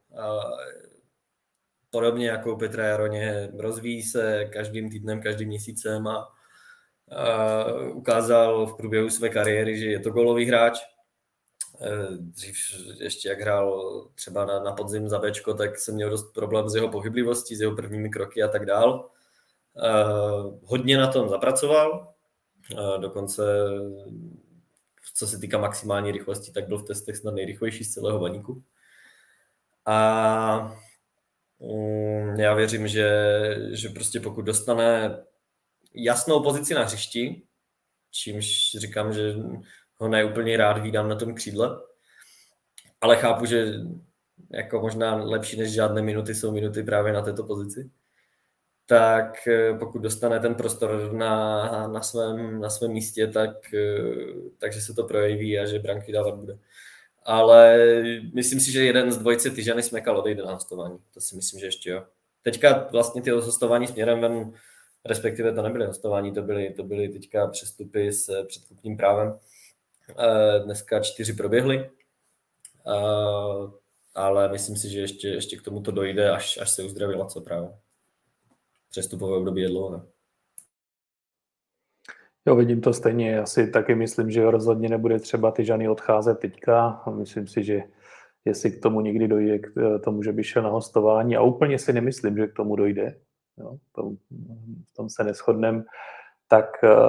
Podobně jako Petra Jaroně rozvíjí se každým týdnem, každým měsícem a Ukázal v průběhu své kariéry, že je to gólový hráč. Dřív ještě jak hrál třeba na podzim za Bčko, tak jsem měl dost problém s jeho pohyblivostí, s jeho prvními kroky a tak dál. Hodně na tom zapracoval, dokonce co se týká maximální rychlosti, tak byl v testech snad nejrychlejší z celého Baníku. A já věřím, že prostě pokud dostane jasnou pozici na hřišti, čímž říkám, že ho neúplně rád vídám na tom křídle, ale chápu, že jako možná lepší než žádné minuty jsou minuty právě na této pozici, tak pokud dostane ten prostor na svém místě, takže se to projeví a že branky dávat bude. Ale myslím si, že jeden z dvojice Tyžany Smekal odejde na hostování. To si myslím, že ještě jo. Teďka vlastně ty hostování směrem ven, respektive to nebyly hostování, to byly teďka přestupy s předkupním právem. Dneska 4 proběhly, ale myslím si, že ještě k tomu to dojde, až se uzdraví Laco právě. Přestupové období je dlouhé. Jo, vidím to stejně. Já si taky myslím, že rozhodně nebude třeba Tyžany odcházet teďka. Myslím si, že jestli k tomu někdy dojde, k tomu, že by šel na hostování, a úplně si nemyslím, že k tomu dojde, jo, v tom se neshodneme, tak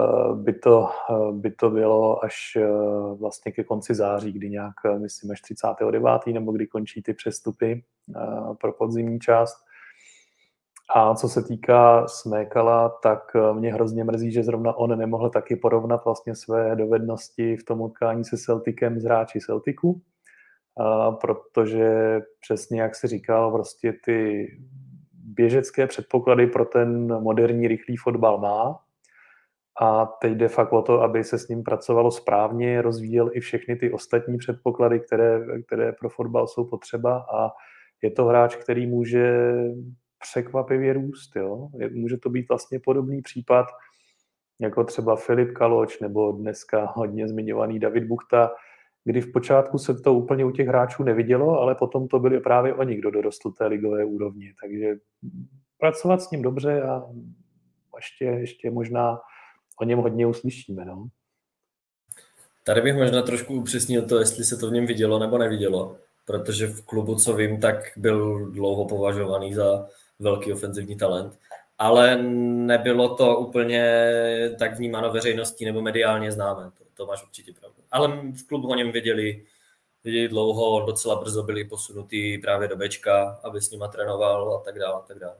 by to bylo až vlastně ke konci září, kdy nějak, myslím, až 39. nebo kdy končí ty přestupy pro podzimní část. A co se týká Smekala, tak mě hrozně mrzí, že zrovna on nemohl taky porovnat vlastně své dovednosti v tom utkání se Celticem s hráči Celticu, protože přesně jak jsi říkal, prostě ty běžecké předpoklady pro ten moderní rychlý fotbal má a teď jde fakt o to, aby se s ním pracovalo správně, rozvíjel i všechny ty ostatní předpoklady, které pro fotbal jsou potřeba, a je to hráč, který může překvapivě růst. Jo? Může to být vlastně podobný případ, jako třeba Filip Kaloč nebo dneska hodně zmiňovaný David Buchta, kdy v počátku se to úplně u těch hráčů nevidělo, ale potom to byli právě oni, kdo dorostl té ligové úrovni. Takže pracovat s ním dobře a ještě možná o něm hodně uslyšíme. No? Tady bych možná trošku upřesnil to, jestli se to v něm vidělo nebo nevidělo, protože v klubu, co vím, tak byl dlouho považovaný za velký ofenzivní talent, ale nebylo to úplně tak vnímáno veřejností nebo mediálně známé, to máš určitě pravdu. Ale v klubu o něm věděli dlouho, docela brzo byli posunutý právě do Bčka, aby s nima trénoval a tak dále.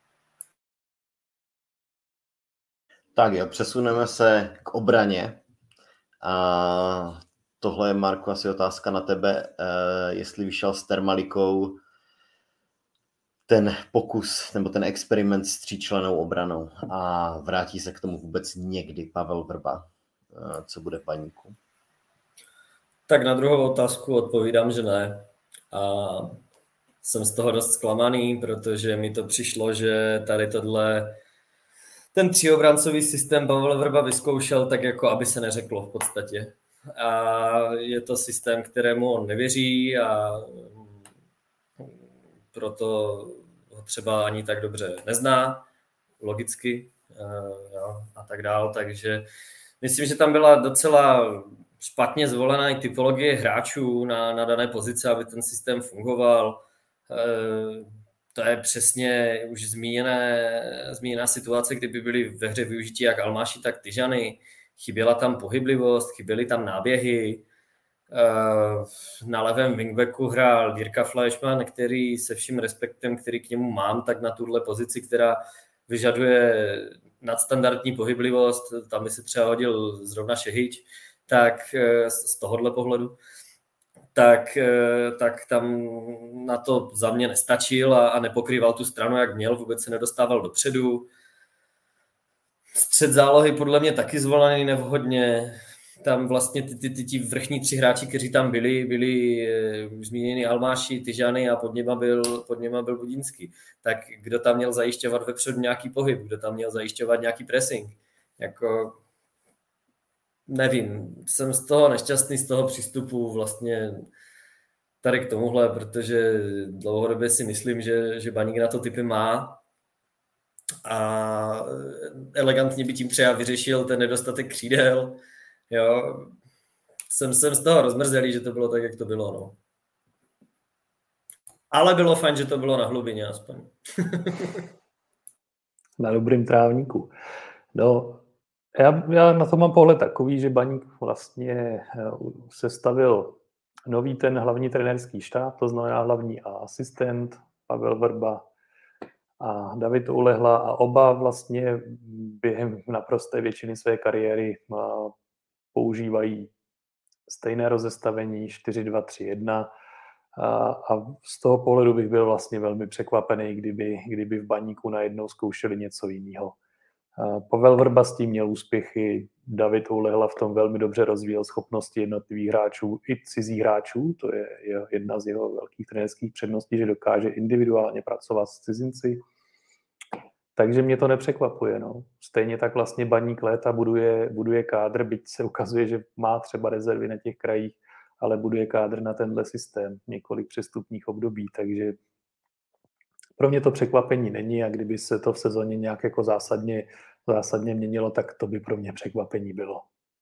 Tak jo, přesuneme se k obraně. A tohle je, Marku, asi otázka na tebe, jestli vyšel s Termalikou ten pokus nebo ten experiment s 3člennou obranou a vrátí se k tomu vůbec někdy Pavel Vrba, co bude Baníku? Tak na druhou otázku odpovídám, že ne. A jsem z toho dost zklamaný, protože mi to přišlo, že tady ten třiobrancový systém Pavel Vrba vyzkoušel tak, jako aby se neřeklo v podstatě. A je to systém, kterému on nevěří a proto ho třeba ani tak dobře nezná, logicky a tak dál. Takže myslím, že tam byla docela špatně zvolená i typologie hráčů na dané pozice, aby ten systém fungoval. To je přesně už zmíněná situace, kdyby byly ve hře využití jak Almáši, tak Tyžany. Chyběla tam pohyblivost, chyběly tam náběhy. Na levém wingbacku hrál Jirka Fleischmann, který se vším respektem, který k němu mám, tak na tuhle pozici, která vyžaduje nadstandardní pohyblivost, tam by se třeba hodil zrovna Šehič, tak z tohohle pohledu, tak tam na to za mě nestačil a nepokrýval tu stranu, jak měl, vůbec se nedostával dopředu. Střed zálohy podle mě taky zvolený nevhodně. Tam vlastně ty vrchní 3 hráči, kteří tam byli už zmíněni Almáši, Tyžany a pod něma byl Budínský. Tak kdo tam měl zajišťovat vepředu nějaký pohyb, kdo tam měl zajišťovat nějaký pressing? Jako nevím, jsem z toho nešťastný, z toho přístupu vlastně tady k tomuhle, protože dlouhodobě si myslím, že Baník na to typy má a elegantně by tím třeba vyřešil ten nedostatek křídel. Jo. Jsem z toho rozmrzelý, že to bylo tak, jak to bylo. No. Ale bylo fajn, že to bylo na hlubině aspoň. Na dobrým trávníku. No, já na to mám pohled takový, že Baník vlastně sestavil nový ten hlavní trenérský štáb, to znamená hlavní a asistent Pavel Vrba a David Ulehla, a oba vlastně během naprosté většiny své kariéry používají stejné rozestavení 4-2-3-1 a z toho pohledu bych byl vlastně velmi překvapený, kdyby v Baníku najednou zkoušeli něco jiného. Pavel Vrba s tím měl úspěchy, David Ulehla v tom velmi dobře rozvíjel schopnosti jednotlivých hráčů i cizích hráčů, to je jedna z jeho velkých trenérských předností, že dokáže individuálně pracovat s cizinci. Takže mě to nepřekvapuje. No. Stejně tak vlastně Baník léta buduje kádr, byť se ukazuje, že má třeba rezervy na těch krajích, ale buduje kádr na tenhle systém, několik přestupních období, takže pro mě to překvapení není, a kdyby se to v sezóně nějak jako zásadně měnilo, tak to by pro mě překvapení bylo.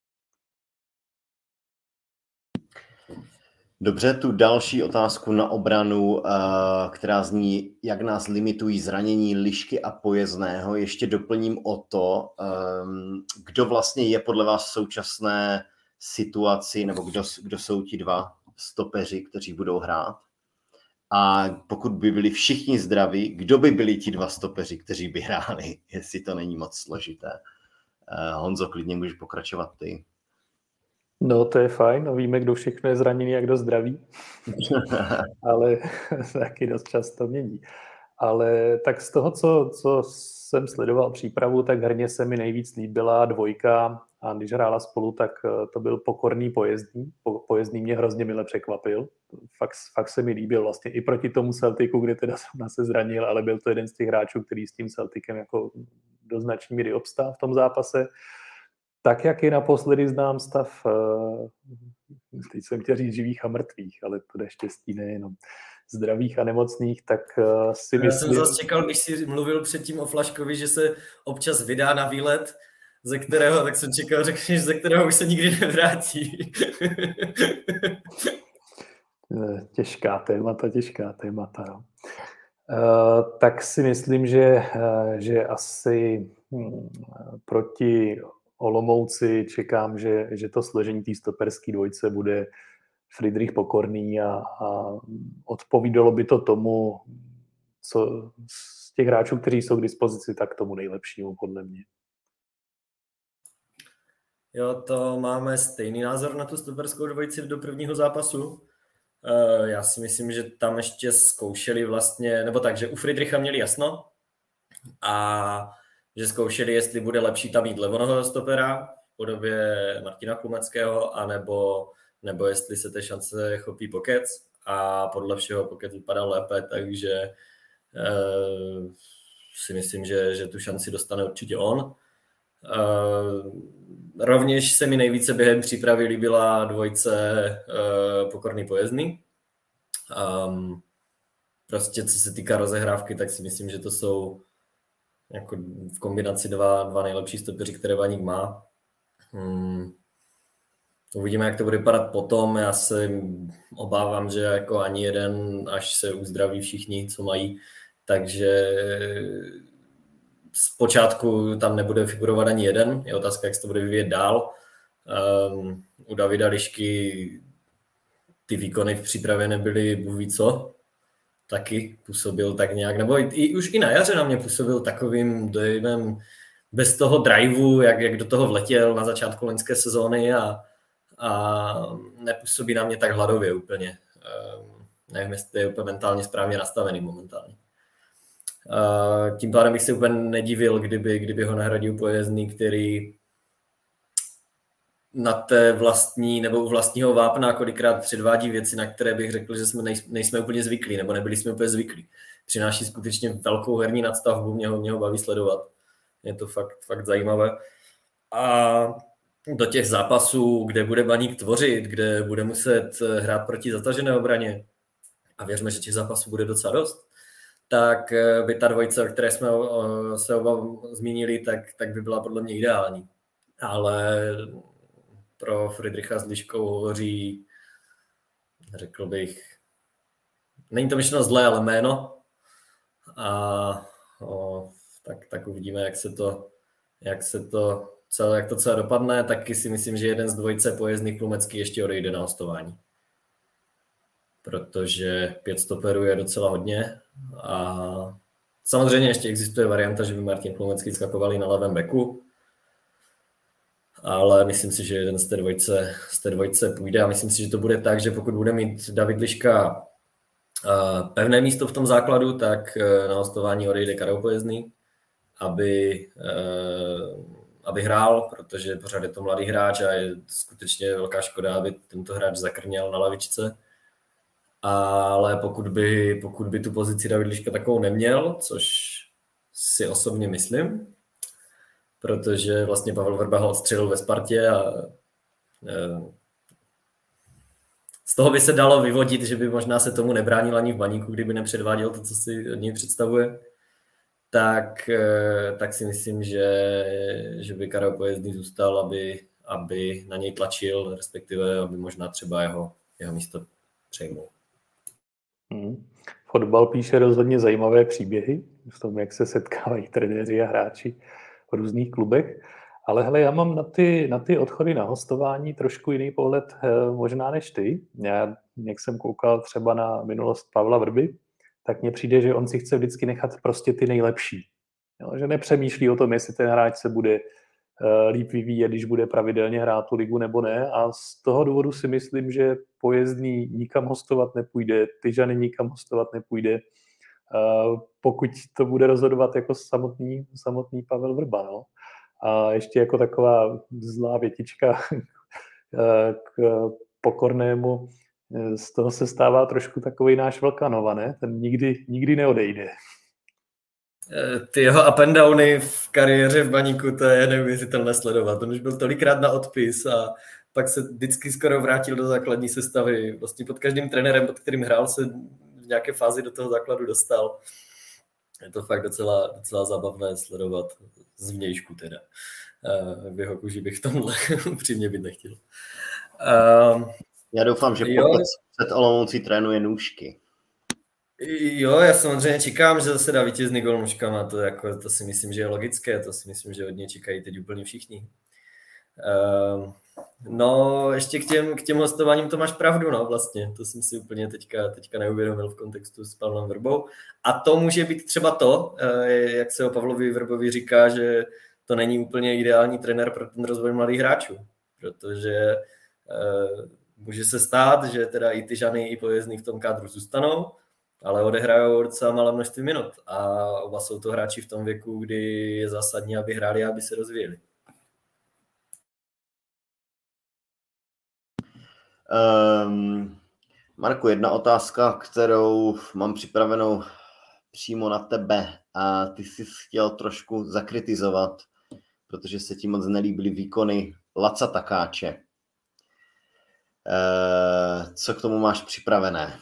Dobře, tu další otázku na obranu, která zní, jak nás limitují zranění Lišky a Pojezdného. Ještě doplním o to, kdo vlastně je podle vás v současné situaci, nebo kdo jsou ti dva stopeři, kteří budou hrát. A pokud by byli všichni zdraví, kdo by byli ti dva stopeři, kteří by hráli, jestli to není moc složité. Honzo, klidně můžeš pokračovat ty. No, to je fajn, no, víme, kdo všechno je zraněný a kdo zdraví, ale taky dost často mění. Ale tak z toho, co jsem sledoval přípravu, tak herně se mi nejvíc líbila dvojka, a když hrála spolu, tak to byl Pokorný Pojezdný. Pojezdný mě hrozně mile překvapil. Fakt se mi líbil vlastně i proti tomu Celticu, kde teda se zranil, ale byl to jeden z těch hráčů, který s tím Celticem jako do značné míry obstál v tom zápase. Tak, jak je naposledy znám stav, teď jsem chtěl říct živých a mrtvých, ale to neštěstí nejenom zdravých a nemocných, tak si myslím... Já jsem zase čekal, když jsi mluvil předtím o Flaškovi, že se občas vydá na výlet, ze kterého, tak jsem čekal, řekneš, ze kterého už se nikdy nevrátí. Těžká témata. No. Tak si myslím, že asi proti Olomouci čekám, že to složení té stoperské dvojce bude Friedrich Pokorný a odpovídalo by to tomu, co z těch hráčů, kteří jsou k dispozici, tak tomu nejlepšímu podle mě. Jo, to máme stejný názor na tu stoperskou dvojici do prvního zápasu. Já si myslím, že tam ještě zkoušeli vlastně, nebo tak, že u Friedricha měli jasno a že zkoušeli, jestli bude lepší tam mít levonohého stopera v podobě Martina Klumeckého, nebo jestli se té šance chopí Pokec, a podle všeho Pokec vypadal lépe, takže si myslím, že tu šanci dostane určitě on. Rovněž se mi nejvíce během přípravy líbila dvojce Pokorný Pojezdný. Prostě co se týká rozehrávky, tak si myslím, že to jsou jako v kombinaci dva nejlepší stopeři, které Baník má. Uvidíme, jak to bude vypadat potom. Já se obávám, že jako ani jeden, až se uzdraví všichni, co mají, takže zpočátku tam nebude figurovat ani jeden. Je otázka, jak se to bude vyvíjet dál. U Davida Lišky ty výkony v přípravě nebyly bůh ví co. Taky působil tak nějak, nebo už i na jaře na mě působil takovým dojmem bez toho driveu, jak do toho vletěl na začátku loňské sezóny a nepůsobí na mě tak hladově úplně. Nevím, jestli je úplně mentálně správně nastavený momentálně. Tím pádem bych se úplně nedivil, kdyby ho nahradil Pojezdný, který na té vlastní nebo u vlastního vápna kolikrát předvádí věci, na které bych řekl, že jsme nejsme úplně zvyklí, nebo nebyli jsme úplně zvyklí. Přináší skutečně velkou herní nadstavbu, mě ho baví sledovat. Je to fakt zajímavé. A do těch zápasů, kde bude Baník tvořit, kde bude muset hrát proti zatažené obraně, a věřme, že těch zápasů bude docela dost, tak by ta dvojice, o které jsme se oba zmínili, tak by byla podle mě ideální. Ale pro Friedricha s Liškou hovoří, řekl bych, není to myšleno zlé, ale jméno. A tak uvidíme, jak to celé dopadne. Taky si myslím, že jeden z dvojice pojezdných Klumecký ještě odejde na hostování. Protože 5 stoperů je docela hodně. A samozřejmě ještě existuje varianta, že by Martin Klumecký skakovali na levém beku. Ale myslím si, že jeden z té dvojice půjde a myslím si, že to bude tak, že pokud bude mít David Liška pevné místo v tom základu, tak na hostování odejde Karel Pojezdný, aby hrál, protože pořád je to mladý hráč a je skutečně velká škoda, aby tento hráč zakrněl na lavičce. Ale pokud by tu pozici David Liška takovou neměl, což si osobně myslím, protože vlastně Pavel Vrba ho odstřelil ve Spartě a z toho by se dalo vyvodit, že by možná se tomu nebránil ani v Baníku, kdyby nepředváděl to, co si od něj představuje, tak si myslím, že by Karel Pojezdný zůstal, aby na něj tlačil, respektive aby možná třeba jeho místo přejmul. Fotbal píše rozhodně zajímavé příběhy v tom, jak se setkávají trenéři a hráči v různých klubech. Ale hele, já mám na ty odchody na hostování trošku jiný pohled možná než ty. Já, jak jsem koukal třeba na minulost Pavla Vrby, tak mně přijde, že on si chce vždycky nechat prostě ty nejlepší. Jo, že nepřemýšlí o tom, jestli ten hráč se bude líp vyvíjet, když bude pravidelně hrát tu ligu nebo ne. A z toho důvodu si myslím, že Pojezdný nikam hostovat nepůjde, Tyžany nikam hostovat nepůjde, pokud to bude rozhodovat jako samotný Pavel Vrba. No. A ještě jako taková zlá větička k Pokornému, z toho se stává trošku takový náš Vlkanova, ne? Ten nikdy neodejde. Ty jeho up and downy v kariéře v Baníku, to je neuvěřitelné sledovat. On už byl tolikrát na odpis a pak se vždycky skoro vrátil do základní sestavy. Vlastně pod každým trenérem, pod kterým hrál, se v nějaké fázi do toho základu dostal. Je to fakt docela zábavné sledovat z vnějšku teda. V jeho kůži bych v tomhle upřímně být nechtěl. Já doufám, že před Olomoucí trénuje nůžky. Jo, já samozřejmě čekám, že zase dá vítězný gól nůžkama, to si myslím, že je logické, to si myslím, že od něj čekají teď úplně všichni. No, ještě k těm hostováním to máš pravdu, no vlastně, to jsem si úplně teďka neuvědomil v kontextu s Pavlem Vrbou. A to může být třeba to, jak se o Pavlovi Vrbovi říká, že to není úplně ideální trenér pro ten rozvoj mladých hráčů, protože může se stát, že teda i Tyžany, i Pojezdný v tom kádru zůstanou, ale odehrajou docela malé množství minut a oba jsou to hráči v tom věku, kdy je zásadní, aby hráli a aby se rozvíjeli. Marku, jedna otázka, kterou mám připravenou přímo na tebe a ty jsi chtěl trošku zakritizovat, protože se ti moc nelíbily výkony Laca Takáče. Co k tomu máš připravené?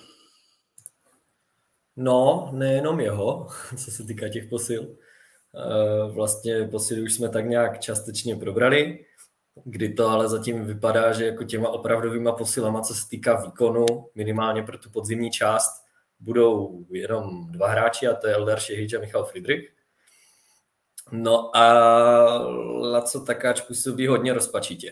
No, nejenom jeho, co se týká těch posil. Vlastně posily už jsme tak nějak částečně probrali, kdy to ale zatím vypadá, že jako těma opravdovýma posilama, co se týká výkonu, minimálně pro tu podzimní část, budou jenom 2 hráči a to je Eldar Šehič a Michal Friedrich. No a Laco Takáč působí hodně rozpačitě.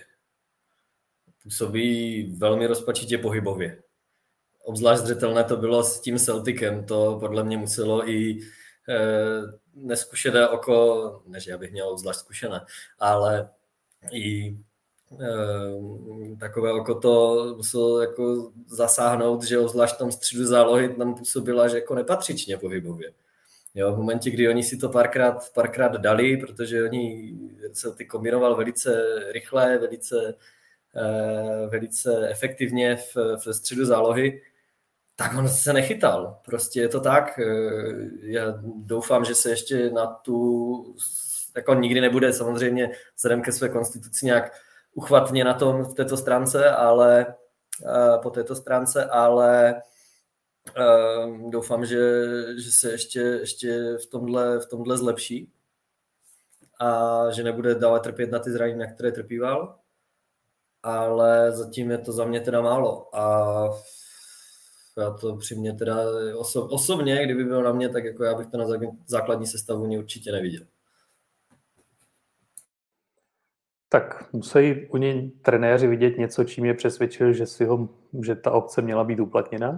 Působí velmi rozpačitě pohybově. Obzvlášť zřetelné to bylo s tím Celticem, to podle mě muselo i neskušené oko, ne, že já bych měl obzvlášť zkušené, ale i takové oko to muselo jako zasáhnout, že obzvlášť tam středu zálohy tam působila, že jako nepatřičně pohybově. Jo, v momentě, kdy oni si to párkrát dali, protože oni Celtic kombinoval velice rychle, velice efektivně v středu zálohy, tak on se nechytal. Prostě je to tak. Já doufám, že se ještě na tu, jako nikdy nebude samozřejmě vzhledem ke své konstituci nějak uchvatně na tom v této stránce, ale po této stránce, ale Doufám, že se ještě v tomhle zlepší a že nebude dále trpět na ty zranění, na které trpíval, ale zatím je to za mě teda málo a já to při mě teda osobně, kdyby byl na mě, tak jako já bych to na základní sestavu určitě neviděl. Tak musí u něj trenéři vidět něco, čím je přesvědčil, že ta opce měla být uplatněna.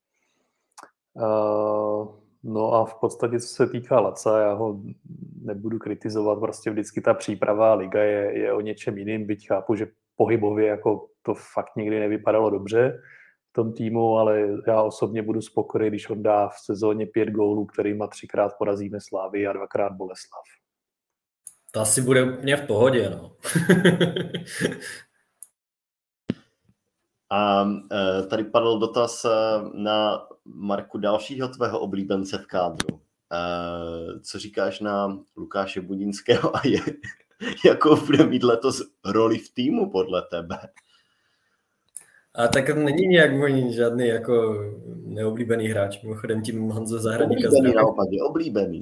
No a v podstatě, co se týká Laca, já ho nebudu kritizovat, prostě vždycky ta příprava liga je o něčem jiným, byť chápu, že pohybově jako to fakt nikdy nevypadalo dobře v tom týmu, ale já osobně budu spokojený, když on dá v sezóně 5 gólů, kterýma 3krát porazíme Slávy a 2krát Boleslav. To asi bude úplně v pohodě, no. A tady padl dotaz na Marku dalšího tvého oblíbence v kádru. Co říkáš na Lukáše Budinského a jakou bude mít letos roli v týmu podle tebe? A tak není nějak žádný jako neoblíbený hráč. Mimochodem tím Honzo Zahradníka oblíbený naopak, je oblíbený.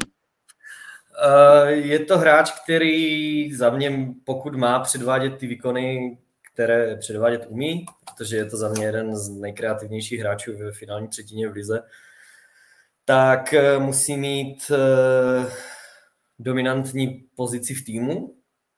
Je to hráč, který za mě, pokud má předvádět ty výkony, které předvádět umí, protože je to za mě jeden z nejkreativnějších hráčů ve finální třetině v lize, tak musí mít dominantní pozici v týmu.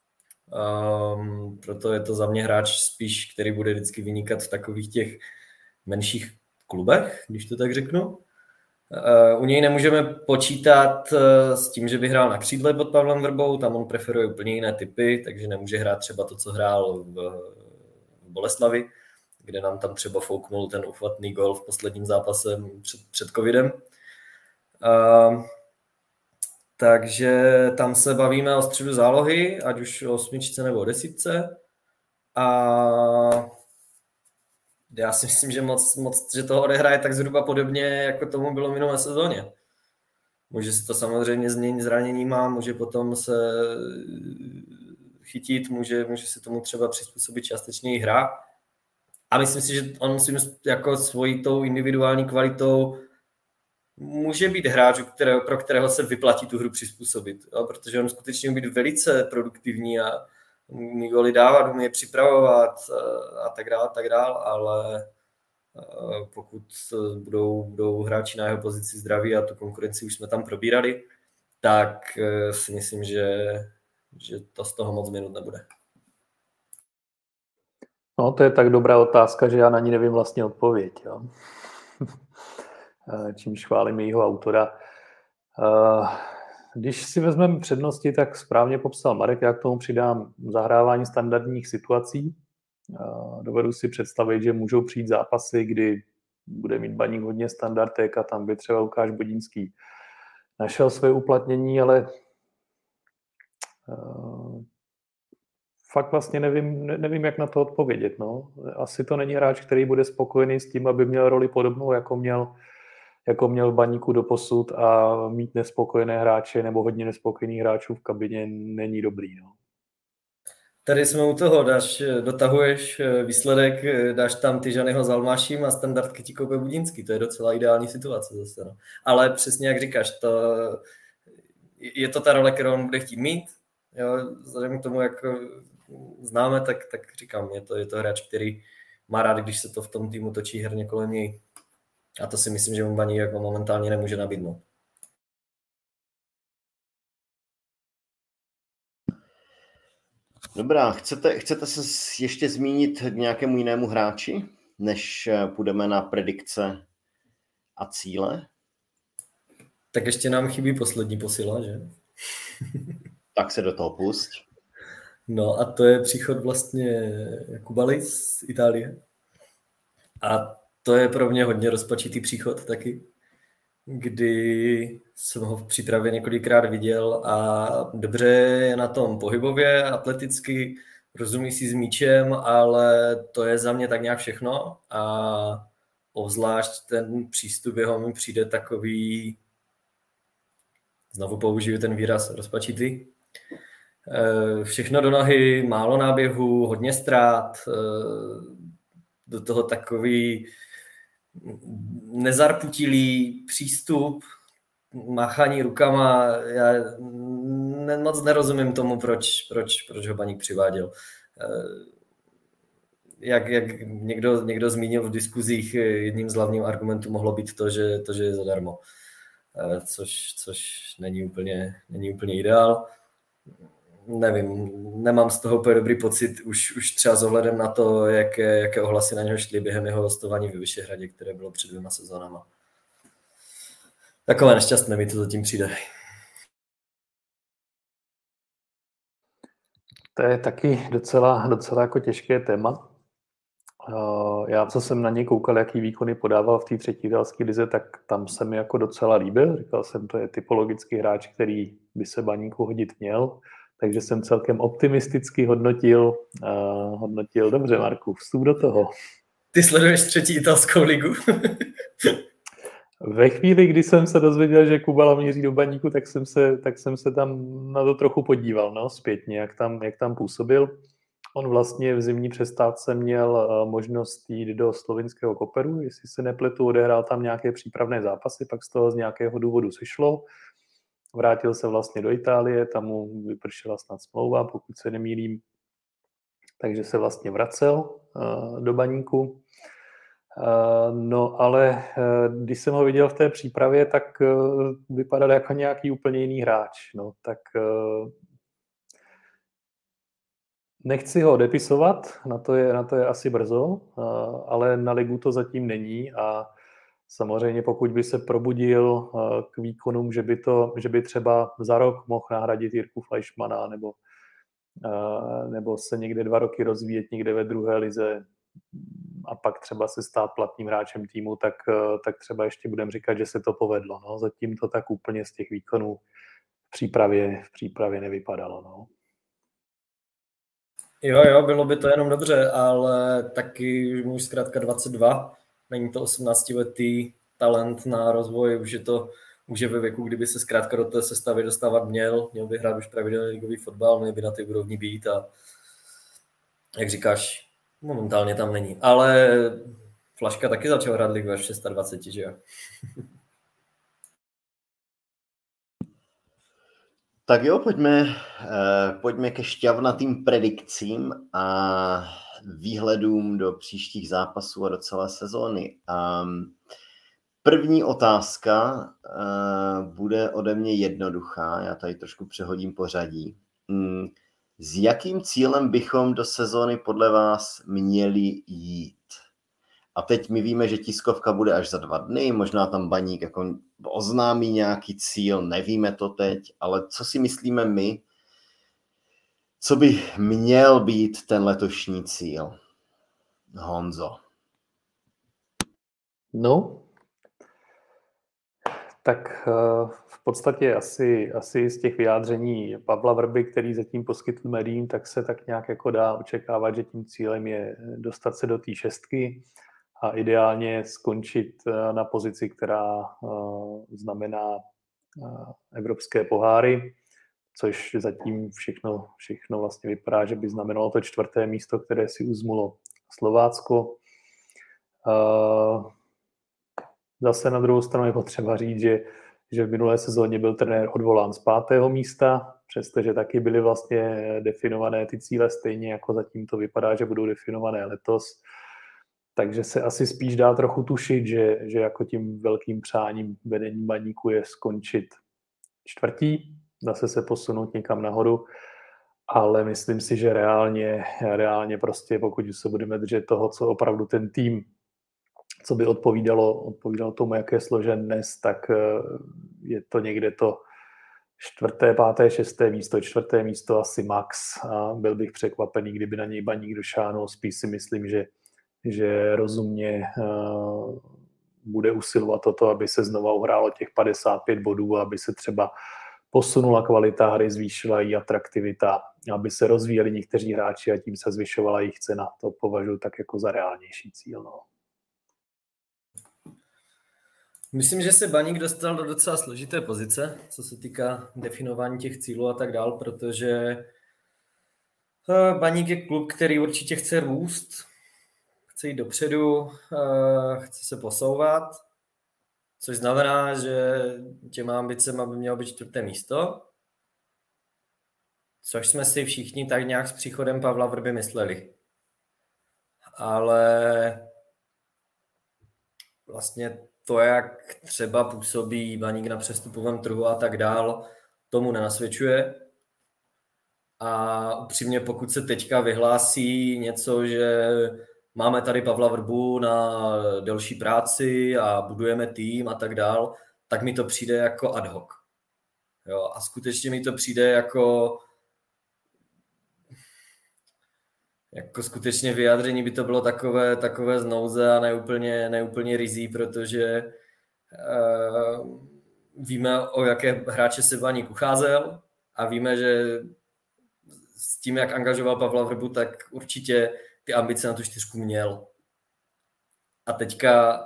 Proto je to za mě hráč spíš, který bude vždycky vynikat v takových těch menších klubech, když to tak řeknu. U něj nemůžeme počítat s tím, že by hrál na křídle pod Pavlem Vrbou, tam on preferuje úplně jiné typy, takže nemůže hrát třeba to, co hrál v Boleslavi, kde nám tam třeba fouknul ten uchvatný gol v posledním zápase před covidem. Takže tam se bavíme o středu zálohy, ať už o 8 nebo o 10. A já si myslím, že že toho odehraje tak zhruba podobně, jako tomu bylo v minulé sezóně. Může se to samozřejmě změnit zraněníma, může potom se chytit, může se tomu třeba přizpůsobit částečně i hra. A myslím si, že on si jako svojí tou individuální kvalitou může být hráč, pro kterého se vyplatí tu hru přizpůsobit, jo? Protože on skutečně být velice produktivní a umí goly dávat, umí je připravovat a tak dál, ale pokud budou hráči na jeho pozici zdraví a tu konkurenci už jsme tam probírali, tak si myslím, že to z toho moc minut nebude. No, to je tak dobrá otázka, že já na ní nevím vlastně odpověď. Jo? Čímž chválím jejího autora. Když si vezmeme přednosti, tak správně popsal Marek, já k tomu přidám zahrávání standardních situací. Dovedu si představit, že můžou přijít zápasy, kdy bude mít Baník hodně standardek a tam by třeba Lukáš Budinský našel své uplatnění, ale fakt vlastně nevím, jak na to odpovědět. No. Asi to není hráč, který bude spokojený s tím, aby měl roli podobnou, jako měl v Baníku doposud, a mít nespokojené hráče nebo hodně nespokojených hráčů v kabině není dobrý. No. Tady jsme u toho, dotahuješ výsledek, dáš tam Tyžanyho s Almáším a standardky ti koupe Budinský. To je docela ideální situace zase. No. Ale přesně jak říkáš, je to ta role, kterou on bude chtít mít. Jo, vzhledem k tomu, jak známe, tak říkám, je to hráč, který má rád, když se to v tom týmu točí herně kolem něj. A to si myslím, že mu Baník jako momentálně nemůže nabídnout. Dobrá, chcete se ještě zmínit k nějakému jinému hráči, než půjdeme na predikce a cíle? Tak ještě nám chybí poslední posila, že? Tak se do toho pusť. No a to je příchod vlastně Kubaly z Itálie. A to je pro mě hodně rozpačitý příchod taky, kdy jsem ho v přípravě několikrát viděl a dobře je na tom pohybově, atleticky, rozumí si s míčem, ale to je za mě tak nějak všechno a obzvlášť ten přístup jeho mi přijde takový, znovu použiju ten výraz, rozpačitý. Všechno do nohy, málo náběhu, hodně ztrát, do toho takový nezarputilý přístup, máchání rukama. Já moc nerozumím tomu, proč ho Baník přiváděl. Jak někdo zmínil v diskuzích, jedním z hlavních argumentů mohlo být to, že je zadarmo. Což není úplně ideál. Nevím, nemám z toho úplně dobrý pocit, už třeba s ohledem na to, jaké ohlasy na něho šly během jeho hostování ve Vyšehradě, které bylo před 2 sezónama. Takové nešťastné mi to zatím přijde. To je taky docela jako těžké téma. Já, co jsem na něj koukal, jaký výkony podával v té 3. italské lize, tak tam se mi jako docela líbil. Říkal jsem, to je typologický hráč, který by se Baníku hodit měl. Takže jsem celkem optimisticky hodnotil. Dobře, Marku, vstup do toho. Ty sleduješ 3. italskou ligu? Ve chvíli, kdy jsem se dozvěděl, že Kubala míří do Baníku, tak jsem se tam na to trochu podíval, no, zpětně, jak tam působil. On vlastně v zimní přestávce měl možnost jít do slovinského Koperu, jestli se nepletu, odehrál tam nějaké přípravné zápasy, pak z toho z nějakého důvodu sešlo. Vrátil se vlastně do Itálie, tam mu vypršela snad smlouva, pokud se nemýlím. Takže se vlastně vracel do Baníku. No ale když jsem ho viděl v té přípravě, tak vypadal jako nějaký úplně jiný hráč. No, tak nechci ho odepisovat, na to je asi brzo, ale na ligu to zatím není a samozřejmě pokud by se probudil k výkonům, že by třeba za rok mohl nahradit Jirku Fleischmana nebo se někde 2 roky rozvíjet někde ve 2. lize a pak třeba se stát platným hráčem týmu, tak třeba ještě budeme říkat, že se to povedlo. No. Zatím to tak úplně z těch výkonů v přípravě nevypadalo. No. Jo, bylo by to jenom dobře, ale taky muž zkrátka 22, není to 18letý talent na rozvoj, už je ve věku, kdyby se zkrátka do té sestavy dostávat měl by hrát už pravidelný ligový fotbal, měl by na té úrovni být a jak říkáš, momentálně tam není. Ale Flaška taky začal hrát ligu až v 26, že jo? Tak jo, pojďme ke šťavnatým predikcím a výhledům do příštích zápasů a do celé sezóny. První otázka bude ode mě jednoduchá, já tady trošku přehodím pořadí. S jakým cílem bychom do sezóny podle vás měli jít? A teď my víme, že tiskovka bude až za 2 dny, možná tam Baník jako oznámí nějaký cíl, nevíme to teď, ale co si myslíme my, co by měl být ten letošní cíl? Honzo. No, tak v podstatě asi z těch vyjádření Pavla Vrby, který zatím poskytl médiím, tak se tak nějak jako dá očekávat, že tím cílem je dostat se do té 6 a ideálně skončit na pozici, která znamená evropské poháry, což zatím všechno vlastně vypadá, že by znamenalo to 4. místo, které si uzmulo Slovácko. Zase na druhou stranu je potřeba říct, že v minulé sezóně byl trenér odvolán z 5. místa, přestože taky byly vlastně definované ty cíle stejně, jako zatím to vypadá, že budou definované letos. Takže se asi spíš dá trochu tušit, že jako tím velkým přáním vedení Baníku je skončit 4., zase se posunout někam nahoru, ale myslím si, že reálně prostě pokud se budeme držet toho, co opravdu ten tým, co by odpovídalo tomu, jak je složen dnes, tak je to někde to 4., 5., 6. místo, 4. místo asi max a byl bych překvapený, kdyby na něj Baník došáhnul. Spíš si myslím, že rozumně bude usilovat o to, aby se znova uhrálo těch 55 bodů, aby se třeba posunula kvalita hry, zvýšila její atraktivita, aby se rozvíjeli někteří hráči a tím se zvyšovala jejich cena. To považuji tak jako za reálnější cíl. No. Myslím, že se Baník dostal do docela složité pozice, co se týká definování těch cílů a tak dál, protože Baník je klub, který určitě chce růst, chce jít dopředu, chce se posouvat, což znamená, že těma ambicema by mělo být 4. místo, což jsme si všichni tak nějak s příchodem Pavla Vrby mysleli. Ale vlastně to, jak třeba působí Baník na přestupovém trhu a tak dál, tomu nenasvědčuje. A upřímně, pokud se teďka vyhlásí něco, že máme tady Pavla Vrbu na delší práci a budujeme tým a tak dál, tak mi to přijde jako ad hoc. Jo, a skutečně mi to přijde jako skutečně vyjádření by to bylo takové znouze a neúplně rizí, protože víme, o jaké hráče se Baník ucházel a víme, že s tím, jak angažoval Pavla Vrbu, tak určitě ty ambice na tu 4 měl. A teďka,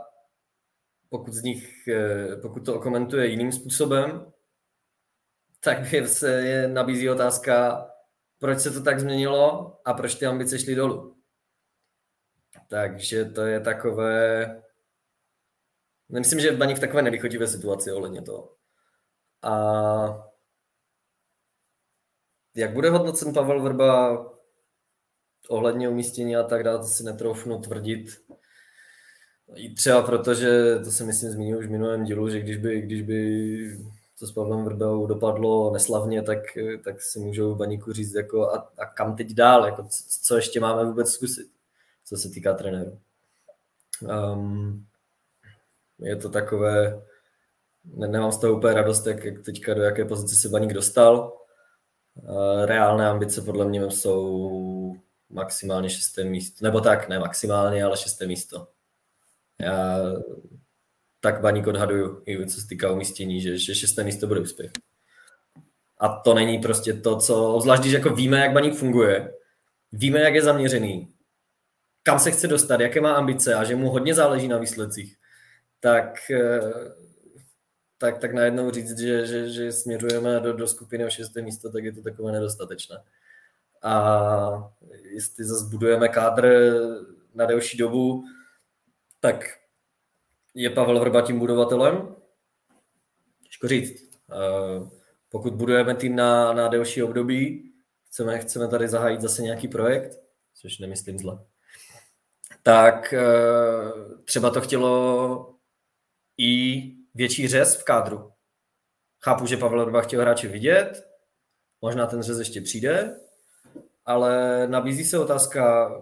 pokud to okomentuje jiným způsobem, tak se nabízí otázka, proč se to tak změnilo a proč ty ambice šly dolů. Takže to je takové... Nemyslím, že Baník v takové nevychotivé situaci ohledně toho. A jak bude hodnocen Pavel Vrba ohledně umístění a tak dále, to si netroufnu tvrdit. I třeba protože, to si myslím zmínil už v minulém dílu, že když by to s Pavlem Vrbou dopadlo neslavně, tak si můžou v Baníku říct, jako a kam teď dál, jako co ještě máme vůbec zkusit, co se týká trenéru. Je to takové, nemám z toho úplně radost, jak teďka do jaké pozice se Baník dostal. Reálné ambice podle mě jsou maximálně 6. místo, nebo tak, ne maximálně, ale 6. místo. Já tak Baník odhaduju, i co se týká umístění, že 6. místo bude úspěch. A to není prostě to, co, zvlášť když jako víme, jak Baník funguje, víme, jak je zaměřený, kam se chce dostat, jaké má ambice a že mu hodně záleží na výsledcích, tak najednou říct, že směřujeme do skupiny o 6. místo, tak je to takové nedostatečné. A jestli zase budujeme kádr na delší dobu, tak je Pavel Vrba tím budovatelem? Těžko říct. Pokud budujeme tým na delší období, chceme tady zahájit zase nějaký projekt, což nemyslím zle, tak třeba to chtělo i větší řez v kádru. Chápu, že Pavel Vrba chtěl hráče vidět, možná ten řez ještě přijde, ale nabízí se otázka,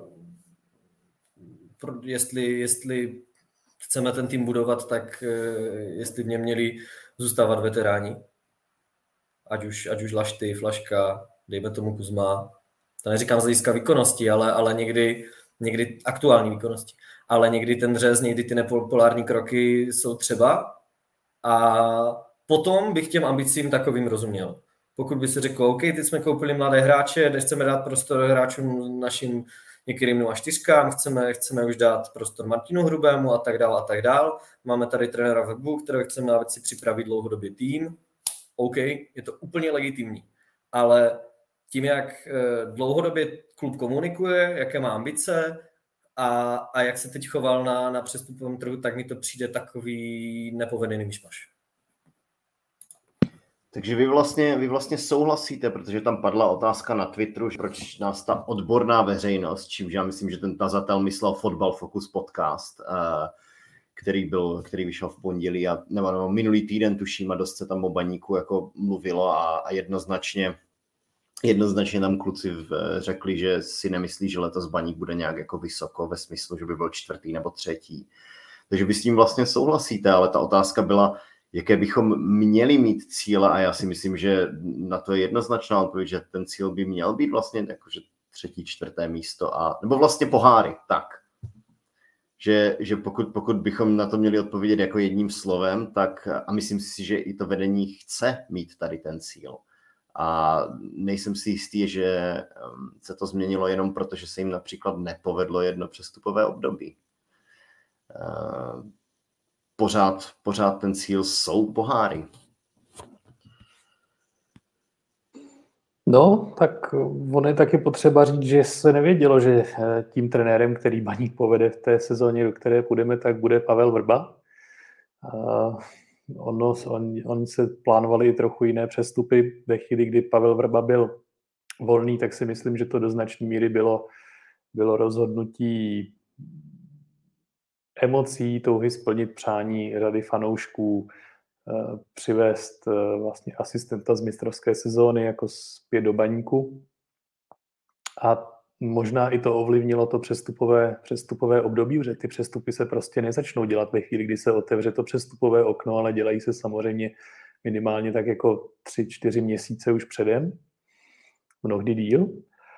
jestli chceme ten tým budovat, tak jestli v něm měli zůstávat veteráni. Ať už Lašty, Flaška, dejme tomu Kuzma. To neříkám z hlediska výkonnosti, ale někdy aktuální výkonnosti. Ale někdy ten řez, někdy ty nepopulární kroky jsou třeba. A potom bych těm ambicím takovým rozuměl. Pokud by se řeklo, OK, teď jsme koupili mladé hráče, chceme dát prostor hráčům našim některým 0-4, chceme už dát prostor Martinu Hrubému a tak dál. Máme tady trenéra Vrbu, kterého chceme na věci připravit dlouhodobě tým. OK, je to úplně legitimní. Ale tím, jak dlouhodobě klub komunikuje, jaké má ambice a jak se teď choval na přestupovém trhu, tak mi to přijde takový nepovedený myšmaš. Takže vy vlastně souhlasíte, protože tam padla otázka na Twitteru, že proč nás ta odborná veřejnost, čímž já myslím, že ten tazatel myslel Fotbal Focus podcast, který vyšel v pondělí nebo minulý týden tuším a dost se tam o Baníku jako mluvilo a jednoznačně tam kluci řekli, že si nemyslí, že letos Baník bude nějak jako vysoko ve smyslu, že by byl 4. nebo 3. Takže vy s tím vlastně souhlasíte, ale ta otázka byla, jaké bychom měli mít cíle a já si myslím, že na to je jednoznačná odpověď, že ten cíl by měl být vlastně jakože 3., 4. místo nebo vlastně poháry, tak. Že pokud bychom na to měli odpovědět jako jedním slovem, tak a myslím si, že i to vedení chce mít tady ten cíl. A nejsem si jistý, že se to změnilo jenom proto, že se jim například nepovedlo jedno přestupové období. Pořád ten cíl jsou poháry. No, tak ono je taky potřeba říct, že se nevědělo, že tím trenérem, který Baník povede v té sezóně, do které půjdeme, tak bude Pavel Vrba. Oni se plánovali i trochu jiné přestupy. Ve chvíli, kdy Pavel Vrba byl volný, tak si myslím, že to do značné míry bylo rozhodnutí emocí, touhy splnit přání řady fanoušků, přivést vlastně asistenta z mistrovské sezóny jako zpět do Baníku. A možná i to ovlivnilo to přestupové období, že ty přestupy se prostě nezačnou dělat ve chvíli, kdy se otevře to přestupové okno, ale dělají se samozřejmě minimálně tak jako 3-4 měsíce už předem, mnohdy díl.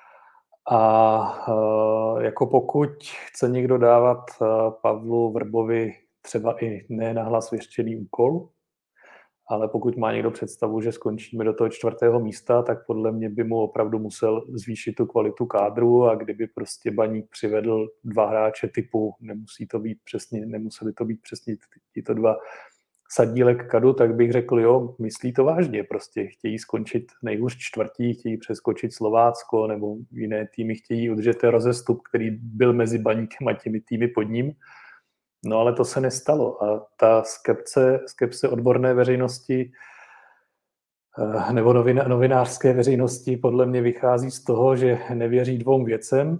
A jako pokud chce někdo dávat Pavlu Vrbovi třeba i ne nahlas vyřčený úkol, ale pokud má někdo představu, že skončíme do toho 4. místa, tak podle mě by mu opravdu musel zvýšit tu kvalitu kádru, a kdyby prostě Baník přivedl 2 hráče typu, nemuseli to být přesně tyto 2 Sadílek, Kadu, tak bych řekl, jo, myslí to vážně, prostě chtějí skončit nejhůř 4., chtějí přeskočit Slovácko, nebo jiné týmy chtějí udržet ten rozestup, který byl mezi Baníkem a těmi týmy pod ním. No ale to se nestalo a ta skepse odborné veřejnosti nebo novinářské veřejnosti podle mě vychází z toho, že nevěří 2 věcem.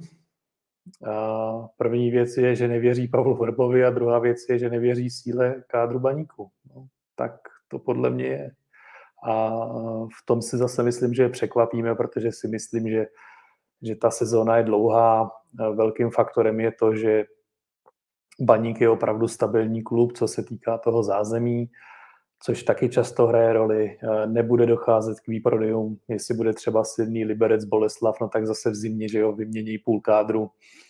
První věc je, že nevěří Pavlu Vrbovi, a druhá věc je, že nevěří síle kádru Baníku. No, tak to podle mě je. A v tom si zase myslím, že je překvapíme, protože si myslím, že ta sezóna je dlouhá. Velkým faktorem je to, že Baník je opravdu stabilní klub, co se týká toho zázemí, což taky často hraje roli. Nebude docházet k výprodejům, jestli bude třeba silný Liberec, Boleslav, no tak zase v zimě, že jo, vymění půl kádru.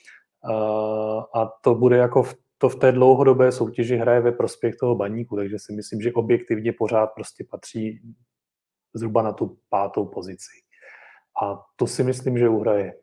A to bude jako to v té dlouhodobé soutěži hraje ve prospěch toho Baníku, takže si myslím, že objektivně pořád prostě patří zhruba na tu 5. pozici. A to si myslím, že uhraje.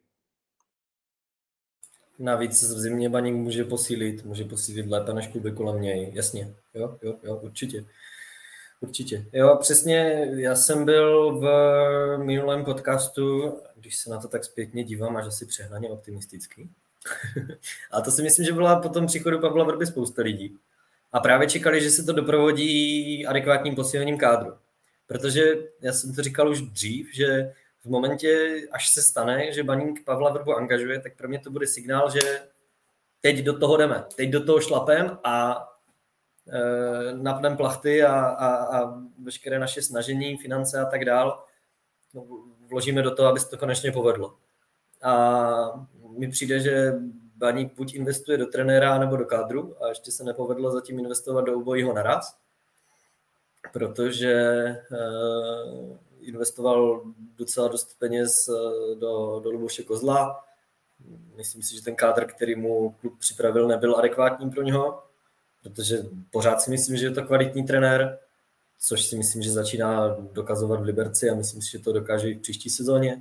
Navíc v zimě Baník může posílit lépe než kluby kolem něj, jasně, jo, určitě. Jo, přesně, já jsem byl v minulém podcastu, když se na to tak zpětně dívám, až asi přehnaně optimistický. A to si myslím, že byla po tom příchodu Pavla Vrby spousta lidí. A právě čekali, že se to doprovodí adekvátním posílením kádru. Protože já jsem to říkal už dřív, že v momentě, až se stane, že Baník Pavla Vrbu angažuje, tak pro mě to bude signál, že teď do toho jdeme, teď do toho šlapem a napneme plachty a veškeré naše snažení, finance a tak dál vložíme do toho, aby se to konečně povedlo. A mi přijde, že Baník buď investuje do trenéra nebo do kádru, a ještě se nepovedlo zatím investovat do obojího naraz, protože investoval docela dost peněz do Luboše Kozla. Myslím si, že ten kádr, který mu klub připravil, nebyl adekvátní pro něho, protože pořád si myslím, že je to kvalitní trenér, což si myslím, že začíná dokazovat v Liberci a myslím si, že to dokáže i v příští sezóně.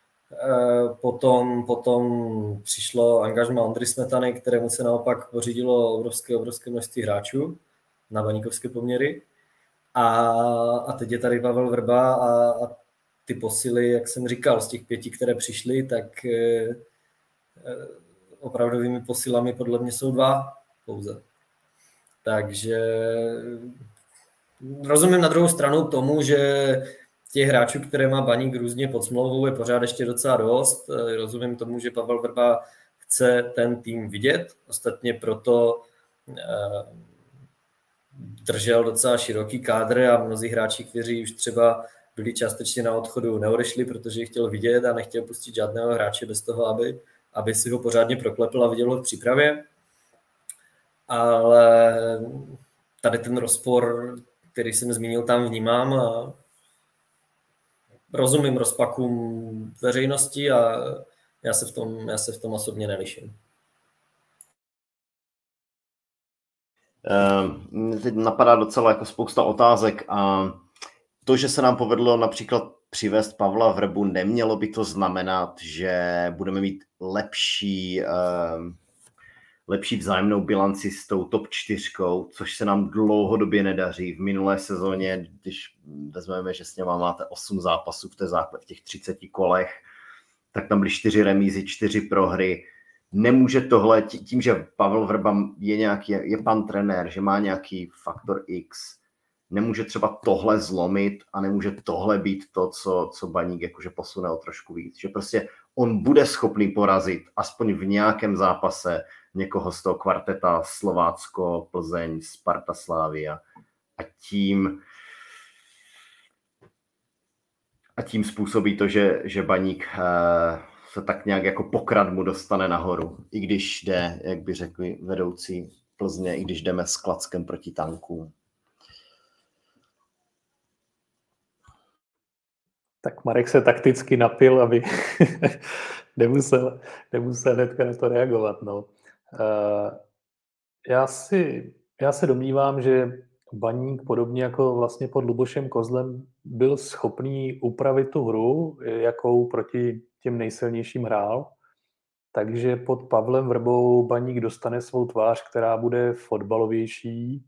Potom přišlo angažmá Ondry Smetany, kterému se naopak pořídilo obrovské množství hráčů na baníkovské poměry. A teď je tady Pavel Vrba a ty posily, jak jsem říkal, z těch 5, které přišly, tak opravdovými posilami podle mě jsou 2 pouze. Takže rozumím na druhou stranu tomu, že těch hráčů, které má Baník různě pod smlouvou, je pořád ještě docela dost. Rozumím tomu, že Pavel Vrba chce ten tým vidět. Ostatně proto držel docela široký kádr a mnozí hráči, kteří už třeba byli částečně na odchodu, neodešli, protože je chtěl vidět a nechtěl pustit žádného hráče bez toho, aby si ho pořádně proklepil a viděl ho v přípravě. Ale tady ten rozpor, který jsem zmínil, tam vnímám a rozumím rozpakům veřejnosti a já se v tom osobně neliším. Teď napadá docela jako spousta otázek a to, že se nám povedlo například přivést Pavla Vrbu, nemělo by to znamenat, že budeme mít lepší vzájemnou bilanci s tou top 4, což se nám dlouhodobě nedaří. V minulé sezóně, když vezmeme, že s něma máte 8 zápasů v těch 30 kolech, tak tam byly 4 remízy, 4 prohry. Nemůže tohle, tím, že Pavel Vrba je pan trenér, že má nějaký faktor X, nemůže třeba tohle zlomit a nemůže tohle být to, co Baník jakože posune o trošku víc. Že prostě on bude schopný porazit aspoň v nějakém zápase někoho z toho kvarteta Slovácko, Plzeň, Sparta, Slavia a tím způsobí to, že Baník se tak nějak jako pokradmu dostane nahoru. I když jde, jak by řekli vedoucí Plzně, i když jdeme s klackem proti tankům. Tak Marek se takticky napil, aby nemusel hnedka na to reagovat. No. Já se domnívám, že Baník, podobně jako vlastně pod Lubošem Kozlem, byl schopný upravit tu hru, jakou proti těm nejsilnějším hrál. Takže pod Pavlem Vrbou Baník dostane svou tvář, která bude fotbalovější,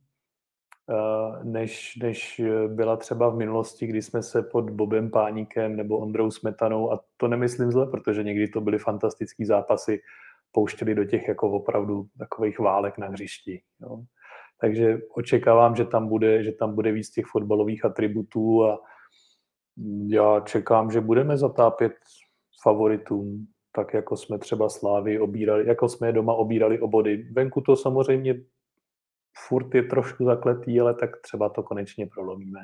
než byla třeba v minulosti, kdy jsme se pod Bobem Páníkem nebo Ondrou Smetanou, a to nemyslím zle, protože někdy to byly fantastický zápasy, pouštěli do těch jako opravdu takových válek na hřišti. Jo. Takže očekávám, že tam bude víc těch fotbalových atributů a já čekám, že budeme zatápět favoritům, tak jako jsme třeba Slávy obírali, jako jsme je doma obírali o body. Venku to samozřejmě furt je trošku zakletý, ale tak třeba to konečně prolomíme.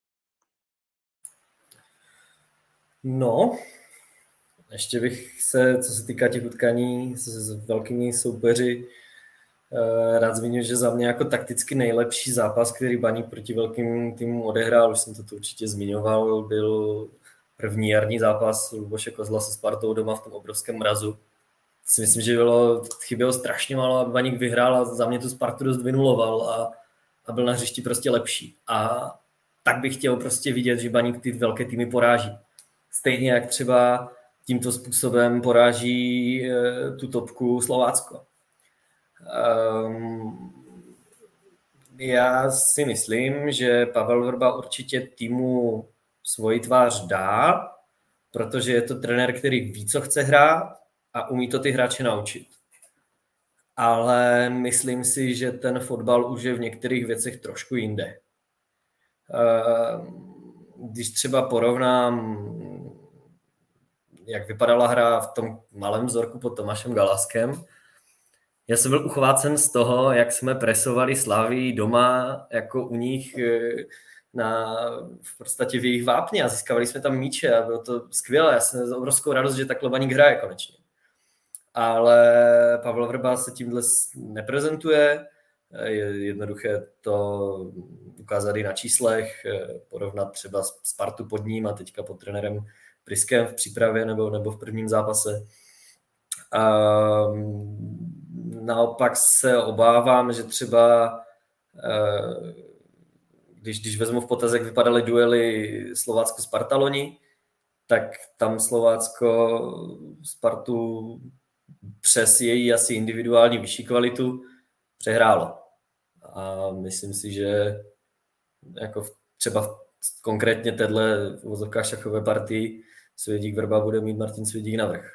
No, ještě bych se, co se týká těch utkání s velkými soupeři, rád zmínil, že za mě jako takticky nejlepší zápas, který Baník proti velkým týmům odehrál, už jsem to tu určitě zmiňoval, byl první jarní zápas Luboše Kozla se Spartou doma v tom obrovském mrazu. Si myslím, že chybělo strašně málo, aby Baník vyhrál a za mě tu Spartu dost vynuloval a byl na hřišti prostě lepší. A tak bych chtěl prostě vidět, že Baník ty velké týmy poráží. Stejně jak třeba tímto způsobem poráží tu topku Slovácko. Já si myslím, že Pavel Vrba určitě týmu svoji tvář dá, protože je to trenér, který ví, co chce hrát a umí to ty hráče naučit. Ale myslím si, že ten fotbal už je v některých věcech trošku jinde. Když třeba porovnám, jak vypadala hra v tom malém vzorku pod Tomášem Galaskem, já jsem byl uchvácen z toho, jak jsme presovali Slavii doma, jako u nich v podstatě v jejich vápně a získávali jsme tam míče a bylo to skvělé. Já jsem měl obrovskou radost, že takhle Baník hraje konečně. Ale Pavel Vrba se tímhle neprezentuje, je jednoduché to ukázat i na číslech, porovnat třeba Spartu pod ním a teďka pod trenérem Priskem v přípravě nebo v prvním zápase. Naopak se obávám, že třeba když vezmu v potaz, jak vypadaly duely Slovácko-Sparta loni, tak tam Slovácko Spartu přes její asi individuální vyšší kvalitu přehrálo. A myslím si, že jako třeba konkrétně téhle v uvozovkách šachové partii Svědík Vrba bude mít Martin Svědík navrch.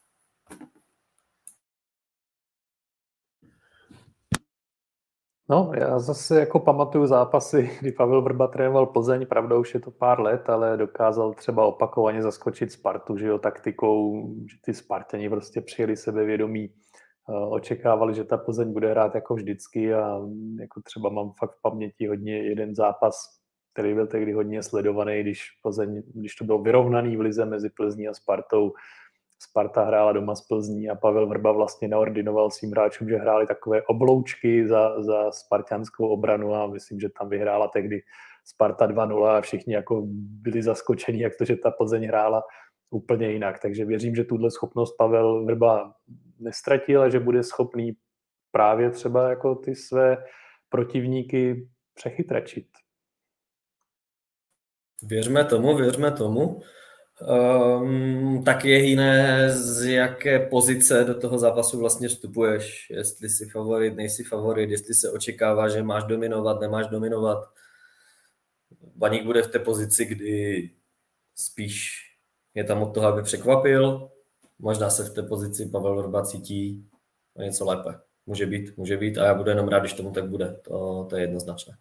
No, já zase jako pamatuju zápasy, kdy Pavel Vrba trénoval Plzeň, pravda už je to pár let, ale dokázal třeba opakovaně zaskočit Spartu, že jo, taktikou, že ty Spartani prostě přijeli sebevědomí, očekávali, že ta Plzeň bude hrát jako vždycky a jako třeba mám fakt v paměti hodně jeden zápas, který byl tehdy hodně sledovaný, když to bylo vyrovnaný v lize mezi Plzní a Spartou. Sparta hrála doma z Plzní a Pavel Vrba vlastně naordinoval svým hráčům, že hráli takové obloučky za spartanskou obranu a myslím, že tam vyhrála tehdy Sparta 2-0 a všichni jako byli zaskočeni, jak to, že ta Plzeň hrála úplně jinak. Takže věřím, že tuhle schopnost Pavel Vrba nestratil a že bude schopný právě třeba jako ty své protivníky přechytračit. Věřme tomu. Tak je jiné, z jaké pozice do toho zápasu vlastně vstupuješ. Jestli jsi favorit, nejsi favorit, jestli se očekává, že máš dominovat, nemáš dominovat. Baník bude v té pozici, kdy spíš je tam od toho, aby překvapil. Možná se v té pozici Pavel Vrba cítí o něco lépe. Může být a já budu jenom rád, když tomu tak bude. To je jednoznačné.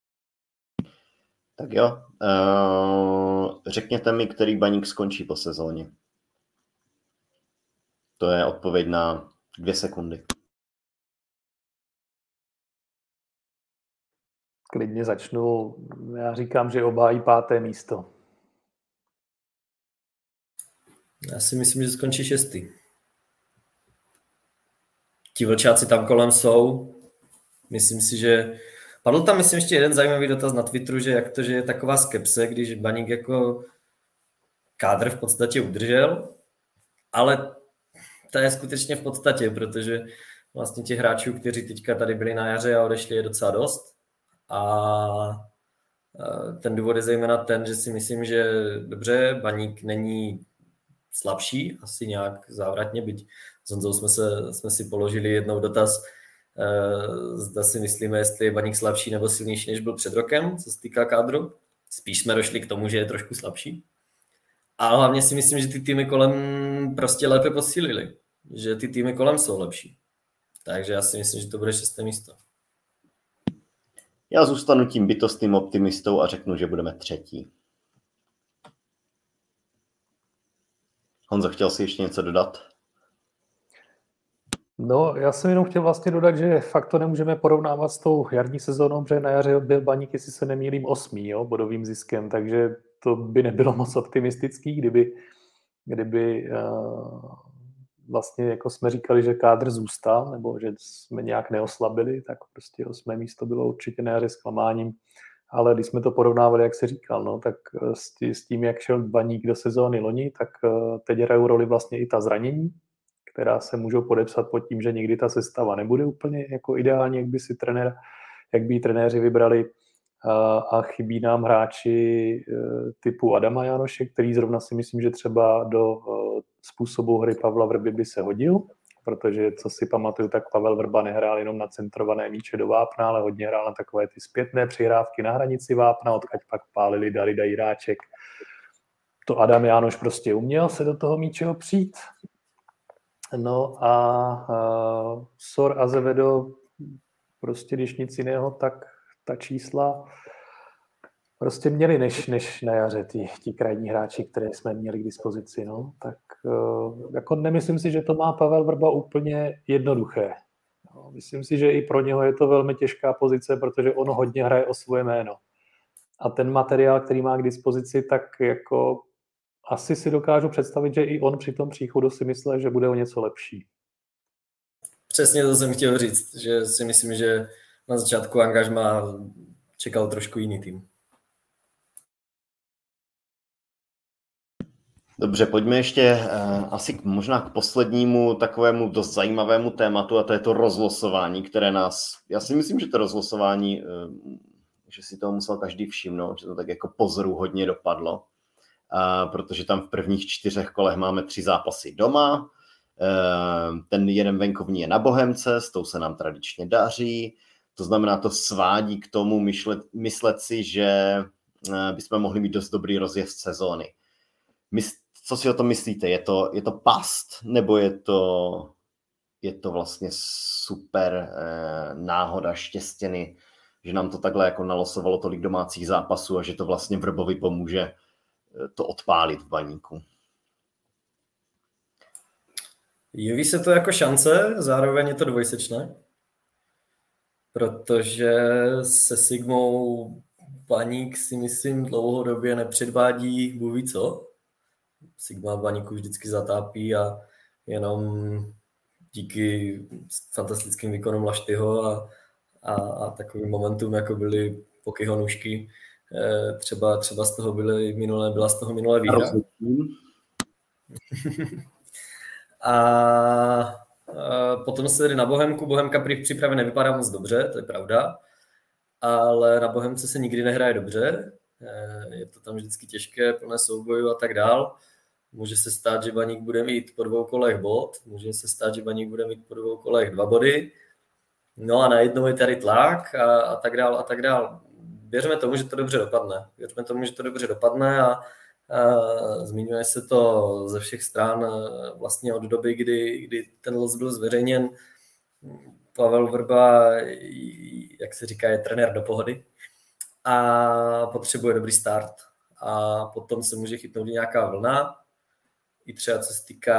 Tak jo. Řekněte mi, který Baník skončí po sezóně. To je odpověď na 2 sekundy. Klidně začnu. Já říkám, že obhájí 5. místo. Já si myslím, že skončí 6. Ti vlčáci tam kolem jsou. Myslím si, že... Padl tam, myslím, ještě jeden zajímavý dotaz na Twitteru, že jak to, že je taková skepse, když Baník jako kádr v podstatě udržel, ale to je skutečně v podstatě, protože vlastně těch hráčů, kteří teďka tady byli na jaře a odešli, je docela dost. A ten důvod je zejména ten, že si myslím, že dobře, Baník není slabší, asi nějak závratně, byť s Honzou jsme si položili jednou dotaz, zda si myslíme, jestli je Baník slabší nebo silnější, než byl před rokem, co se týká kádru. Spíš jsme došli k tomu, že je trošku slabší. A hlavně si myslím, že ty týmy kolem prostě lépe posílili. Že ty týmy kolem jsou lepší. Takže já si myslím, že to bude 6. místo. Já zůstanu tím bytostným optimistou a řeknu, že budeme 3. Honzo, chtěl jsi ještě něco dodat? No, já jsem jenom chtěl vlastně dodat, že fakt to nemůžeme porovnávat s tou jarní sezónou, protože na jaře byl Baník, jestli se nemýlím, 8. bodovým ziskem, takže to by nebylo moc optimistický, kdyby vlastně jako jsme říkali, že kádr zůstal, nebo že jsme nějak neoslabili, tak prostě 8. místo bylo určitě na jaře zklamáním. Ale když jsme to porovnávali, jak se říkal, no, tak s tím, jak šel Baník do sezóny loni, tak teď hrajou roli vlastně i ta zranění, která se můžou podepsat pod tím, že někdy ta sestava nebude úplně jako ideální, jak by trenéři vybrali, a chybí nám hráči typu Adama Jánoše, který zrovna si myslím, že třeba do způsobu hry Pavla Vrby by se hodil, protože co si pamatuju, tak Pavel Vrba nehrál jenom na centrované míče do vápna, ale hodně hrál na takové ty zpětné přihrávky na hranici vápna, odkud pak pálili Darida Jiráček. To Adam Jánoš prostě uměl se do toho míče opřít. No a Sor Azevedo, prostě když nic jiného, tak ta čísla prostě měli než na jaře ti krajní hráči, které jsme měli k dispozici. No. Tak jako nemyslím si, že to má Pavel Vrba úplně jednoduché. No, myslím si, že i pro něho je to velmi těžká pozice, protože on hodně hraje o svoje jméno. A ten materiál, který má k dispozici, tak jako asi si dokážu představit, že i on při tom příchodu si myslel, že bude o něco lepší. Přesně to jsem chtěl říct, že si myslím, že na začátku angažmá čekal trošku jiný tým. Dobře, pojďme ještě asi možná k poslednímu takovému dost zajímavému tématu, a to je to rozlosování, které já si myslím, že to rozlosování, že si toho musel každý všimnout, že to tak jako pozoruhodně dopadlo, protože tam v prvních 4 kolech máme 3 zápasy doma, ten jeden venkovní je na Bohemce, s tou se nám tradičně daří, to znamená, to svádí k tomu myslet si, že bychom mohli mít dost dobrý rozjezd sezóny. Co si o tom myslíte? Je to past, nebo je to vlastně super náhoda, štěstěny, že nám to takhle jako nalosovalo tolik domácích zápasů a že to vlastně Vrbovi pomůže to odpálit v Baníku? Jeví se to jako šance, zároveň je to dvojsečné, protože se Sigmou Baník si myslím dlouhodobě nepředvádí bůh co. Sigma Baníku vždycky zatápí a jenom díky fantastickým výkonům Laštyho a takovým momentům, jako byly Pokyho nůžky, třeba z toho byla z toho minulé výhra. A potom se jde na Bohemku. Bohemka prý v přípravě nevypadá moc dobře, to je pravda, ale na Bohemce se nikdy nehraje dobře. je to tam vždycky těžké, plné soubojů a tak dál. Může se stát, že Baník bude mít po 2 kolech bod, může se stát, že Baník bude mít po 2 kolech 2 body, no a najednou je tady tlak a tak dál a tak dál. Věřme tomu, že to dobře dopadne. A zmiňuje se to ze všech stran vlastně od doby, kdy ten los byl zveřejněn. Pavel Vrba, jak se říká, je trenér do pohody a potřebuje dobrý start. A potom se může chytnout nějaká vlna, i třeba co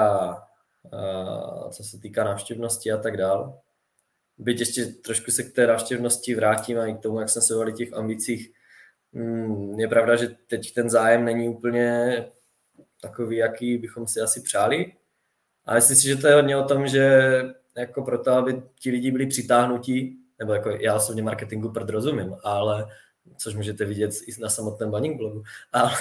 se týká návštěvnosti a tak dál. Byť ještě trošku se k té návštěvnosti vrátím a i k tomu, jak jsme se bavili těch ambicích. Je pravda, že teď ten zájem není úplně takový, jaký bychom si asi přáli. A myslím si, že to je hodně o tom, že jako proto, aby ti lidi byli přitáhnutí, nebo jako já osobně marketingu prd rozumím, ale což můžete vidět i na samotném Baník blogu, ale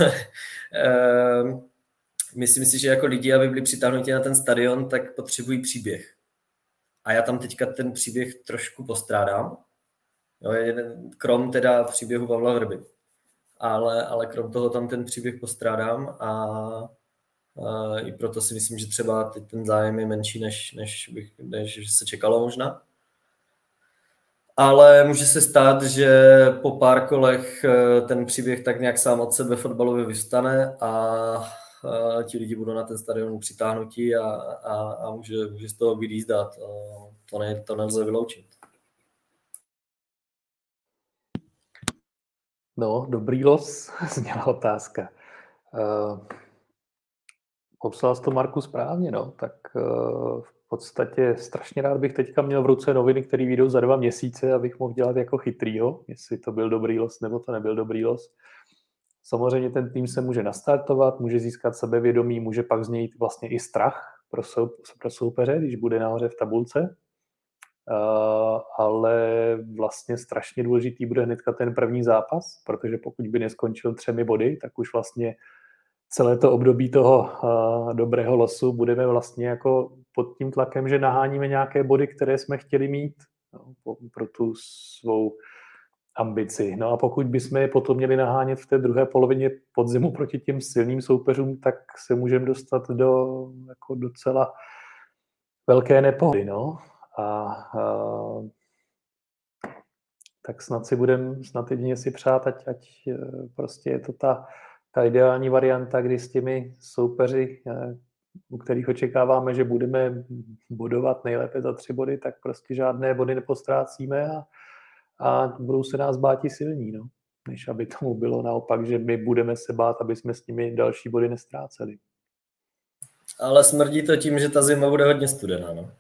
myslím si, že jako lidi, aby byli přitáhnutí na ten stadion, tak potřebují příběh. A já tam teďka ten příběh trošku postrádám. Jo, krom teda příběhu Pavla Vrby. Ale krom toho tam ten příběh postrádám a i proto si myslím, že třeba ten zájem je menší, než se čekalo možná. Ale může se stát, že po pár kolech ten příběh tak nějak sám od sebe fotbalově vystane a ti lidi budou na ten stadion přitáhnutí a může z toho být jízda. To nelze vyloučit. No, dobrý los, zněla otázka. Popsal jsi to, Marku, správně, no. Tak v podstatě strašně rád bych teďka měl v ruce noviny, které vyjdou za 2 měsíce, abych mohl dělat jako chytrýho, jestli to byl dobrý los, nebo to nebyl dobrý los. Samozřejmě ten tým se může nastartovat, může získat sebevědomí, může pak znít vlastně i strach pro soupeře, když bude nahoře v tabulce. Ale vlastně strašně důležitý bude hnedka ten první zápas, protože pokud by neskončil 3 body, tak už vlastně celé to období toho dobrého losu budeme vlastně jako pod tím tlakem, že naháníme nějaké body, které jsme chtěli mít pro tu svou ambici. No a pokud bychom je potom měli nahánět v té druhé polovině podzimu proti těm silným soupeřům, tak se můžeme dostat do jako docela velké nepohody, no. Tak snad jedině si přát, ať prostě je to ta ideální varianta, kdy s těmi soupeři, u kterých očekáváme, že budeme bodovat nejlépe za 3 body, tak prostě žádné body nepostrácíme a budou se nás bát i silní, no. Než aby tomu bylo naopak, že my budeme se bát, aby jsme s nimi další body nestráceli. Ale smrdí to tím, že ta zima bude hodně studená, no.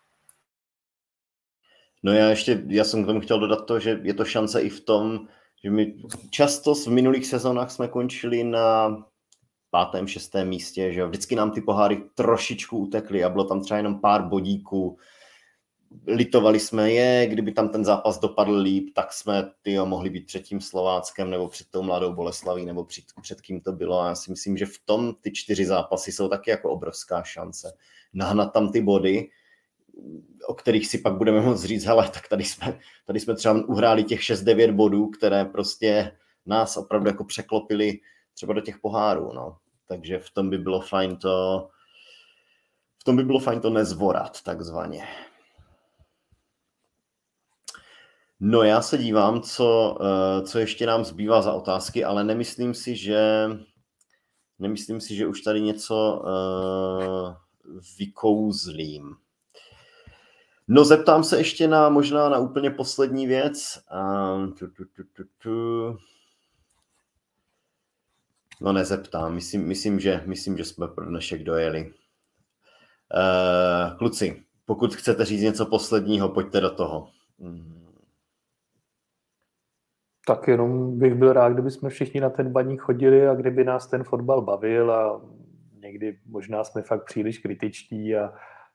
No já jsem k tomu chtěl dodat to, že je to šance i v tom, že my často v minulých sezónách jsme končili na 5., 6. místě, že jo. Vždycky nám ty poháry trošičku utekly a bylo tam třeba jenom pár bodíků. Litovali jsme kdyby tam ten zápas dopadl líp, tak jsme mohli být před tím Slováckem nebo před tou Mladou Boleslaví nebo před kým to bylo. A já si myslím, že v tom ty 4 zápasy jsou taky jako obrovská šance. Nahnat tam ty body, o kterých si pak budeme moct říct, hele, tak tady jsme třeba uhráli těch 6-9 bodů, které prostě nás opravdu jako překlopili třeba do těch pohárů, no. Takže v tom by bylo fajn to nezvorat, takzvaně. No já se dívám, co ještě nám zbývá za otázky, ale nemyslím si, že už tady něco vykouzlím. No zeptám se ještě možná na úplně poslední věc. No nezeptám, myslím, že jsme pro dnešek dojeli. Kluci, pokud chcete říct něco posledního, pojďte do toho. Tak jenom bych byl rád, kdyby jsme všichni na ten Baník chodili a kdyby nás ten fotbal bavil a někdy možná jsme fakt příliš kritičtí a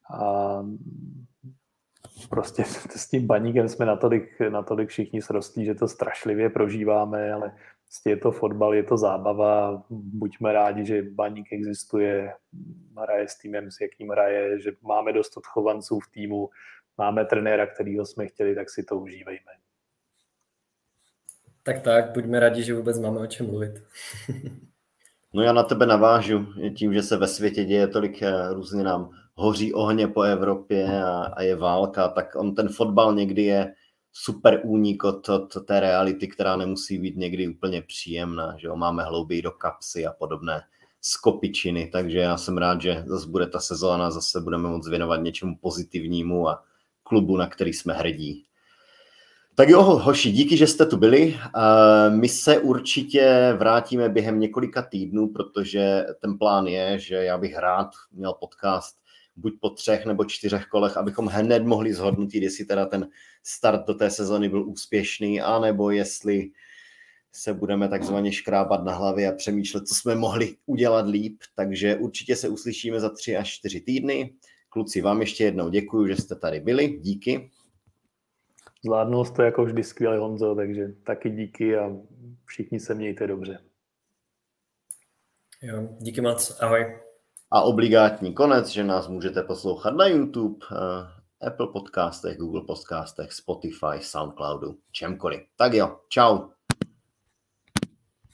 prostě s tím Baníkem jsme natolik všichni srostlí, že to strašlivě prožíváme, ale je to fotbal, je to zábava, buďme rádi, že Baník existuje, hraje s týmem, s jakým hraje, že máme dost odchovanců v týmu, máme trenéra, kterýho jsme chtěli, tak si to užívejme. Tak, buďme rádi, že vůbec máme o čem mluvit. No já na tebe navážu, tím, že se ve světě děje tolik, různě nám hoří ohně po Evropě a je válka, tak ten fotbal někdy je super únik od té reality, která nemusí být někdy úplně příjemná, že jo? Máme hlouběji do kapsy a podobné skopičiny, takže já jsem rád, že zase bude ta sezóna, zase budeme moct věnovat něčemu pozitivnímu a klubu, na který jsme hrdí. Tak jo, hoši, díky, že jste tu byli. My se určitě vrátíme během několika týdnů, protože ten plán je, že já bych rád měl podcast buď po 3 nebo 4 kolech, abychom hned mohli zhodnotit, jestli teda ten start do té sezony byl úspěšný, anebo jestli se budeme takzvaně škrábat na hlavě a přemýšlet, co jsme mohli udělat líp. Takže určitě se uslyšíme za 3 až 4 týdny. Kluci, vám ještě jednou děkuju, že jste tady byli. Díky. Zvládnul jste jako vždy skvěle, Honzo, takže taky díky a všichni se mějte dobře. Jo, díky moc, ahoj. A obligátní konec, že nás můžete poslouchat na YouTube, Apple podcastech, Google podcastech, Spotify, Soundcloudu, čemkoliv. Tak jo, čau.